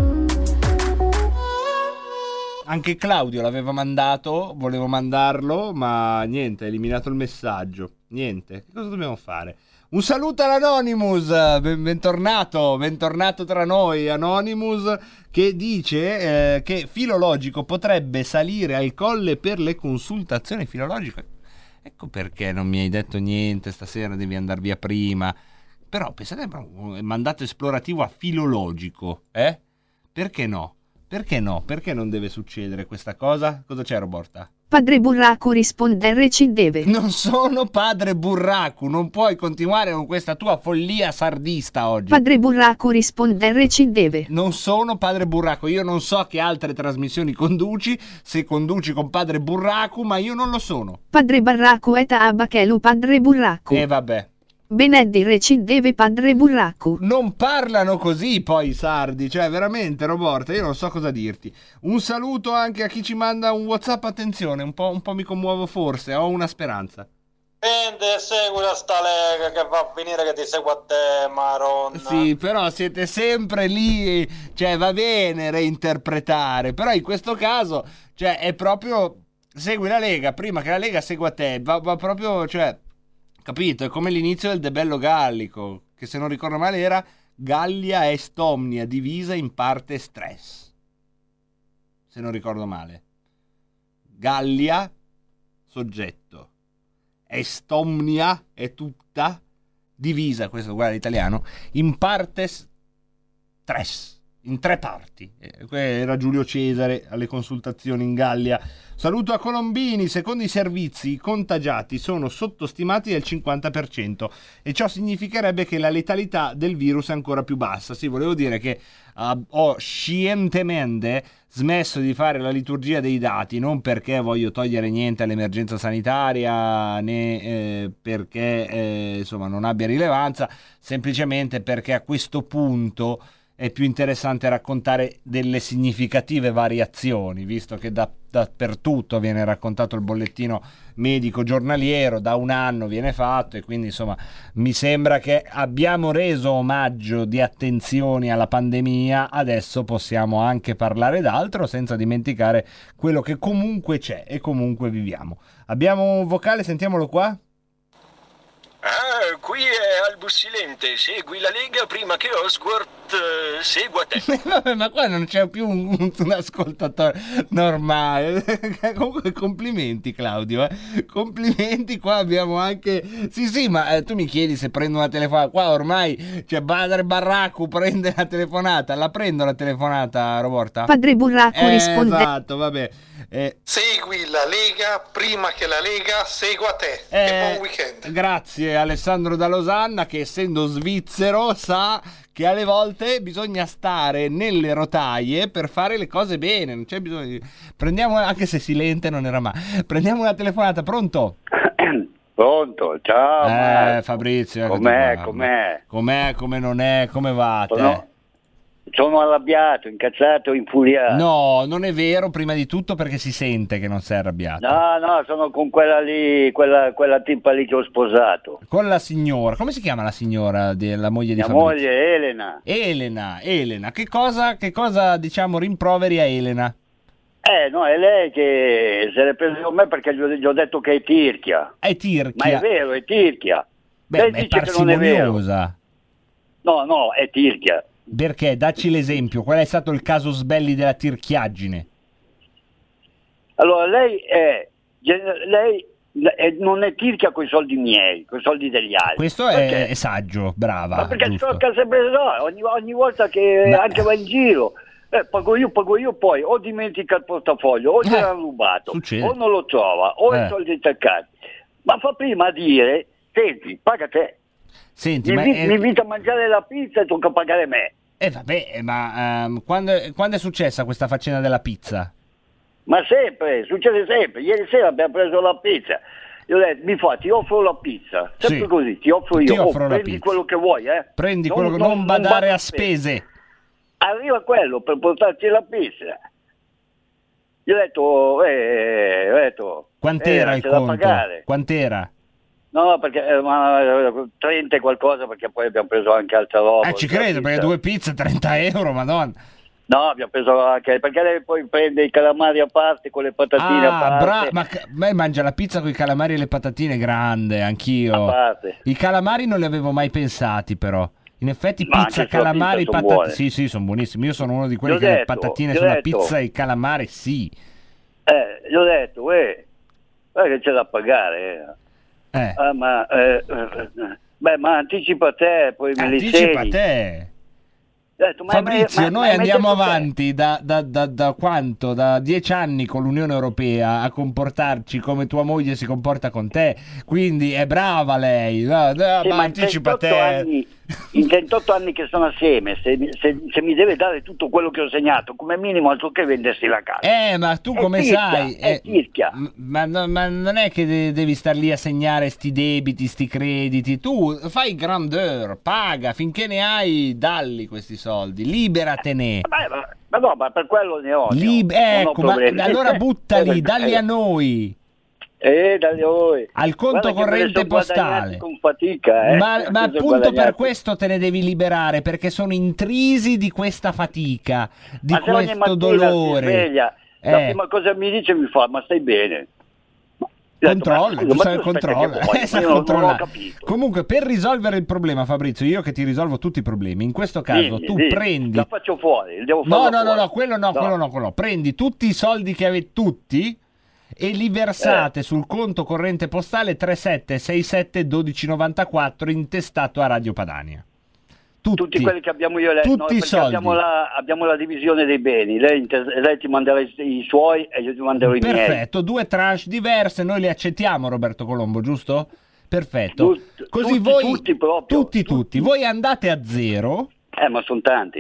Anche Claudio l'aveva mandato, volevo mandarlo, ma niente, ha eliminato il messaggio. Niente, che cosa dobbiamo fare? Un saluto all'Anonymous, bentornato tra noi Anonymous, che dice che Filologico potrebbe salire al Colle per le consultazioni filologiche. Ecco perché non mi hai detto niente stasera, devi andare via prima. Però pensate, mandato esplorativo a Filologico, perché no? Perché no? Perché non deve succedere questa cosa? Cosa c'è, Roborta? Padre Burracu rispondere ci deve. Non sono padre Burracu, non puoi continuare con questa tua follia sardista oggi. Padre Burracu rispondere ci deve. Non sono padre Burracu, io non so che altre trasmissioni conduci, se conduci con padre Burracu, ma io non lo sono. Padre Barracu et abachelu padre Burracu. E vabbè. Benedire ci deve padre Burracu. Non parlano così poi i sardi, cioè veramente, Roborta, io non so cosa dirti. Un saluto anche a chi ci manda un WhatsApp, attenzione, un po' mi commuovo forse, ho una speranza. Segui la sta lega che va a finire che ti segue a te, Maronna. Sì, però siete sempre lì, cioè va bene reinterpretare, però in questo caso, cioè è proprio segui la Lega prima che la Lega segua te, va proprio, cioè, capito? È come l'inizio del De Bello Gallico, che se non ricordo male era Gallia est omnia divisa in parte stress, se non ricordo male. Gallia, soggetto, est omnia è tutta divisa, questo guarda l'italiano, in parte stress, in tre parti. Era Giulio Cesare alle consultazioni in Gallia. Saluto a Colombini. Secondo i servizi i contagiati sono sottostimati del 50% e ciò significherebbe che la letalità del virus è ancora più bassa. Sì, volevo dire che ho scientemente smesso di fare la liturgia dei dati, non perché voglio togliere niente all'emergenza sanitaria né perché insomma non abbia rilevanza, semplicemente perché a questo punto è più interessante raccontare delle significative variazioni, visto che dappertutto viene raccontato il bollettino medico giornaliero, da un anno viene fatto, e quindi insomma mi sembra che abbiamo reso omaggio di attenzioni alla pandemia, adesso possiamo anche parlare d'altro senza dimenticare quello che comunque c'è e comunque viviamo. Abbiamo un vocale, sentiamolo qua. Qui è Albus Silente, segui la Lega prima che Oswald segua te. Vabbè, ma qua non c'è più un ascoltatore normale. Comunque complimenti, Claudio, complimenti. Qua abbiamo anche sì, ma tu mi chiedi se prendo una telefonata. Qua ormai c'è Padre Barracu, prende la telefonata. La prendo la telefonata, Roborta? Padre Burracu risponde. Esatto, vabbè. Segui la Lega prima che la Lega segua te. E buon weekend. Grazie Alessandro da Losanna, che essendo svizzero sa che alle volte bisogna stare nelle rotaie per fare le cose bene, non c'è bisogno di... Prendiamo, anche se Silente non era mai, prendiamo una telefonata. Pronto? Pronto, ciao Fabrizio, com'è? Come non è, come va te? Sono arrabbiato, incazzato, infuriato. No, non è vero, prima di tutto perché si sente che non sei arrabbiato. No, sono con quella lì, quella tipa lì che ho sposato. Con la signora, come si chiama la signora della moglie di Fabrizio? La moglie Elena. Che cosa diciamo rimproveri a Elena? No, è lei che se l'è presa con me perché gli ho detto che è tirchia. È tirchia? Ma è vero, è tirchia. Beh, lei dice che non è vero. No, è tirchia. Perché? Dacci l'esempio, qual è stato il casus belli della tirchiaggine? Allora, lei non è tirchia con i soldi miei, con i soldi degli altri. Questo è saggio, brava. Ma perché giusto. sempre ogni volta che anche va in giro, pago io, poi o dimentica il portafoglio, o gliel'ha rubato, succede. O non lo trova, o i soldi attaccati. Ma fa prima a dire, senti, paga te. Senti, mi invita a mangiare la pizza e tocca pagare me. Vabbè, ma quando è successa questa faccenda della pizza? Ma sempre, succede sempre. Ieri sera abbiamo preso la pizza. Io ho detto, ti offro la pizza. Sempre sì. Così, ti offro io. Prendi pizza. Quello che vuoi, Prendi quello che non badare a spese. Arriva quello per portarci la pizza. Io ho detto quant'era il conto? Da pagare. Quant'era? No, perché 30 e qualcosa, perché poi abbiamo preso anche altra roba. Ci credo, perché 2 pizze 30 euro, madonna. No, abbiamo preso anche, perché lei poi prende i calamari a parte con le patatine a parte. Ma lei mangia la pizza con i calamari e le patatine, grande, anch'io. A parte. I calamari non li avevo mai pensati, però. In effetti pizza, calamari, patatine. Sì, sono buonissimi. Io sono uno di quelli che le patatine sulla pizza e i calamari, sì. Gli ho detto, guarda che c'è da pagare, ma anticipa te, poi me li segni. Anticipa te. Fabrizio, noi andiamo avanti da quanto? Da 10 anni con l'Unione Europea a comportarci come tua moglie si comporta con te, quindi è brava lei. Ma anticipa te. In 38 anni che sono assieme, se mi deve dare tutto quello che ho segnato, come minimo altro che vendersi la casa. Ma tu come sai? È tirchia. Ma non è che devi star lì a segnare sti debiti, sti crediti. Tu fai grandeur, paga, finché ne hai, dalli questi soldi, liberatene. Ma no, ma per quello ne ho. Ecco, ma allora buttali, dalli a noi. Al conto corrente postale con fatica, ma appunto per questo te ne devi liberare, perché sono intrisi di questa fatica, di questo dolore. Si sveglia, la prima cosa mi dice, mi fa: ma stai bene? Controlla, controlla. Comunque, per risolvere il problema, Fabrizio, io che ti risolvo tutti i problemi, in questo caso prendi. La faccio fuori, devo farla no, quello no. Prendi tutti i soldi che avete tutti e li versate sul conto corrente postale 3767 1294 intestato a Radio Padania. Tutti quelli che abbiamo io e lei, tutti i soldi. Abbiamo la divisione dei beni, lei ti manderà i suoi e io ti manderò i miei. Perfetto, 2 tranche diverse, noi le accettiamo, Roberto Colombo, giusto? Perfetto. Così tutti, voi andate a zero. Ma sono tanti.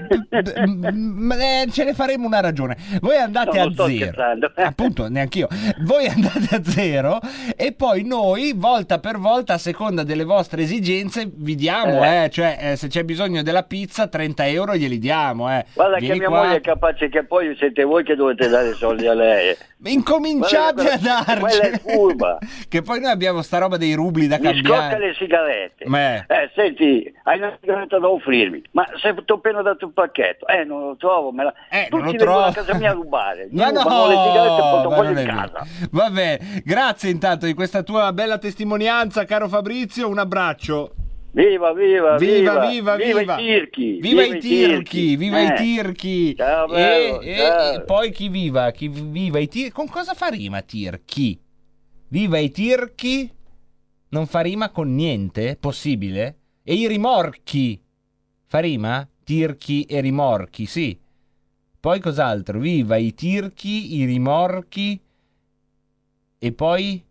Ce ne faremo una ragione. Voi andate a zero. Appunto, neanch'io. Voi andate a zero e poi noi, volta per volta, a seconda delle vostre esigenze, vi diamo, cioè se c'è bisogno della pizza, 30 euro glieli diamo. Guarda che mia moglie è capace che poi siete voi che dovete dare i soldi a lei. Incominciate a darci. Quella è furba. Che poi noi abbiamo sta roba dei rubli da cambiare. Mi scocca le sigarette. Senti, hai una sigaretta da offrirmi. Ma se ti ho appena dato il pacchetto, non lo trovo, tutti vengono a casa mia a rubare. Ma le sigarette e portafogli in casa. Vabbè, grazie intanto di questa tua bella testimonianza, caro Fabrizio, un abbraccio. Viva i tirchi. Viva i tirchi. Ciao, bello, ciao. E poi chi viva i tirchi? Con cosa fa rima tirchi? Viva i tirchi? Non fa rima con niente? Possibile? E i rimorchi? Fa rima? Tirchi e rimorchi, sì. Poi cos'altro? Viva i tirchi, i rimorchi e poi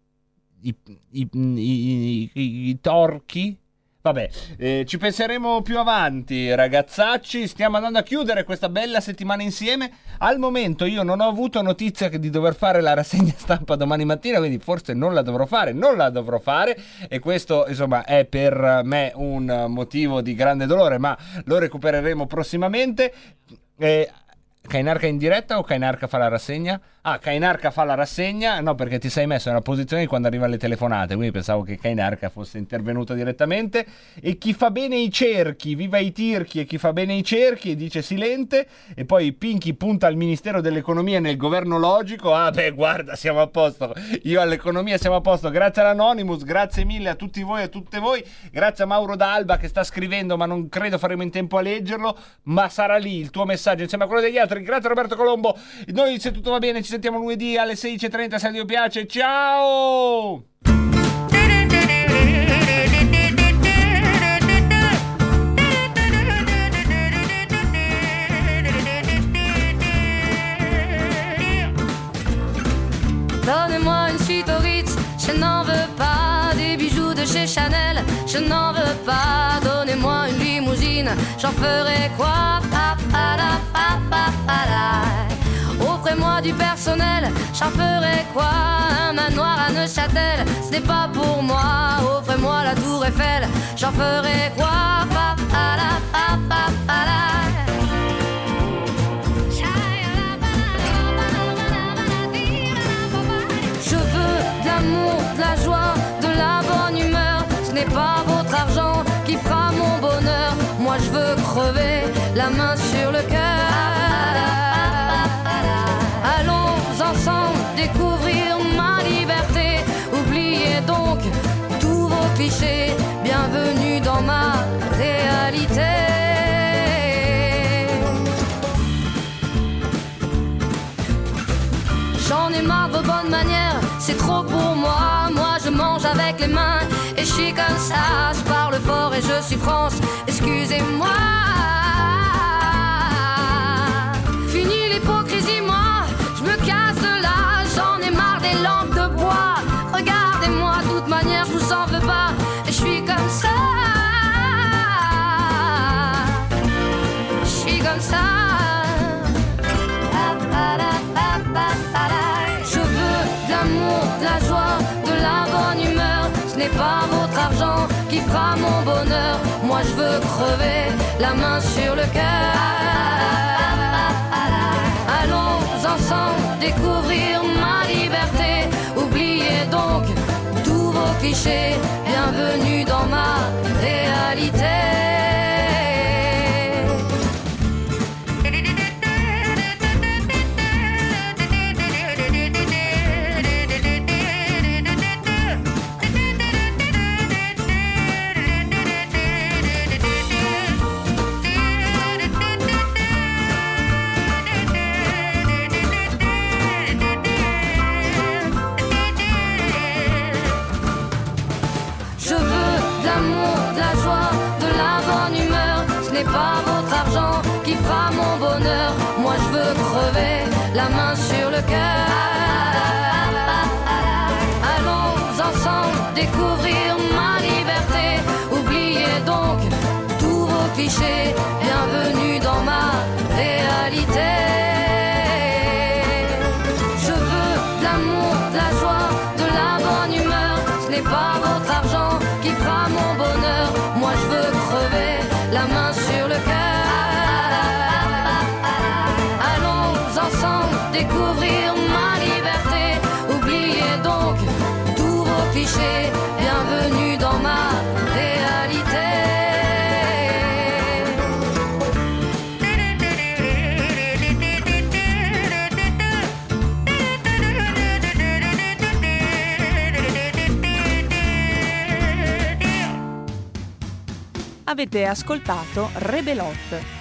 i torchi. Vabbè, ci penseremo più avanti, ragazzacci. Stiamo andando a chiudere questa bella settimana insieme. Al momento io non ho avuto notizia di dover fare la rassegna stampa domani mattina, quindi forse non la dovrò fare, e questo insomma è per me un motivo di grande dolore, ma lo recupereremo prossimamente. Cainarca in diretta o Cainarca fa la rassegna? Cainarca fa la rassegna, no, perché ti sei messo nella posizione di quando arrivano le telefonate, quindi pensavo che Cainarca fosse intervenuto direttamente. E chi fa bene i cerchi, viva i tirchi, e chi fa bene i cerchi, dice Silente. E poi Pinky punta al Ministero dell'Economia nel governo logico. Guarda, siamo a posto, io all'economia siamo a posto. Grazie all'Anonymous, grazie mille a tutti voi e a tutte voi, grazie a Mauro D'Alba che sta scrivendo, ma non credo faremo in tempo a leggerlo, ma sarà lì il tuo messaggio insieme a quello degli altri. Grazie Roberto Colombo, noi, se tutto va bene, ci sentiamo lunedì alle 16:30 se a Dio piace. Ciao! Donnez-moi une suite au Ritz, je n'en veux pas. Des bijoux de chez Chanel, je n'en veux pas. Donnez-moi une limousine, j'en ferai quoi? Offrez-moi du personnel, j'en ferai quoi? Un manoir à Neuchâtel, ce n'est pas pour moi. Offrez-moi la tour Eiffel, j'en ferai quoi? Je veux de l'amour, de la joie, de la bonne humeur. Ce n'est pas votre argent qui fera mon bonheur. Moi je veux crever la main sur le cœur. Allons ensemble découvrir ma liberté. Oubliez donc tous vos clichés. Bienvenue dans ma réalité. J'en ai marre de vos bonnes manières, c'est trop pour moi. Moi je mange avec les mains et je suis comme ça. Je parle fort et je suis France, excusez-moi. comme ça. Je veux de l'amour, de la joie, de la bonne humeur. Ce n'est pas votre argent qui fera mon bonheur. Moi je veux crever la main sur le cœur. Allons ensemble découvrir ma liberté. Oubliez donc tous vos clichés. Bienvenue dans ma réalité. Pas votre argent qui fera mon bonheur. Moi je veux crever la main sur le cœur. Allons ensemble découvrir ma liberté. Oubliez donc tous vos clichés. Bienvenue dans ma réalité. Je veux de l'amour, de la joie, de la bonne humeur. Ce n'est pas votre argent qui fera mon bonheur. Moi je veux crever la main sur le cœur. Allons ensemble découvrir ma liberté. Oubliez donc tous vos clichés. Bienvenue dans ma réalité. Avete ascoltato Rebelot,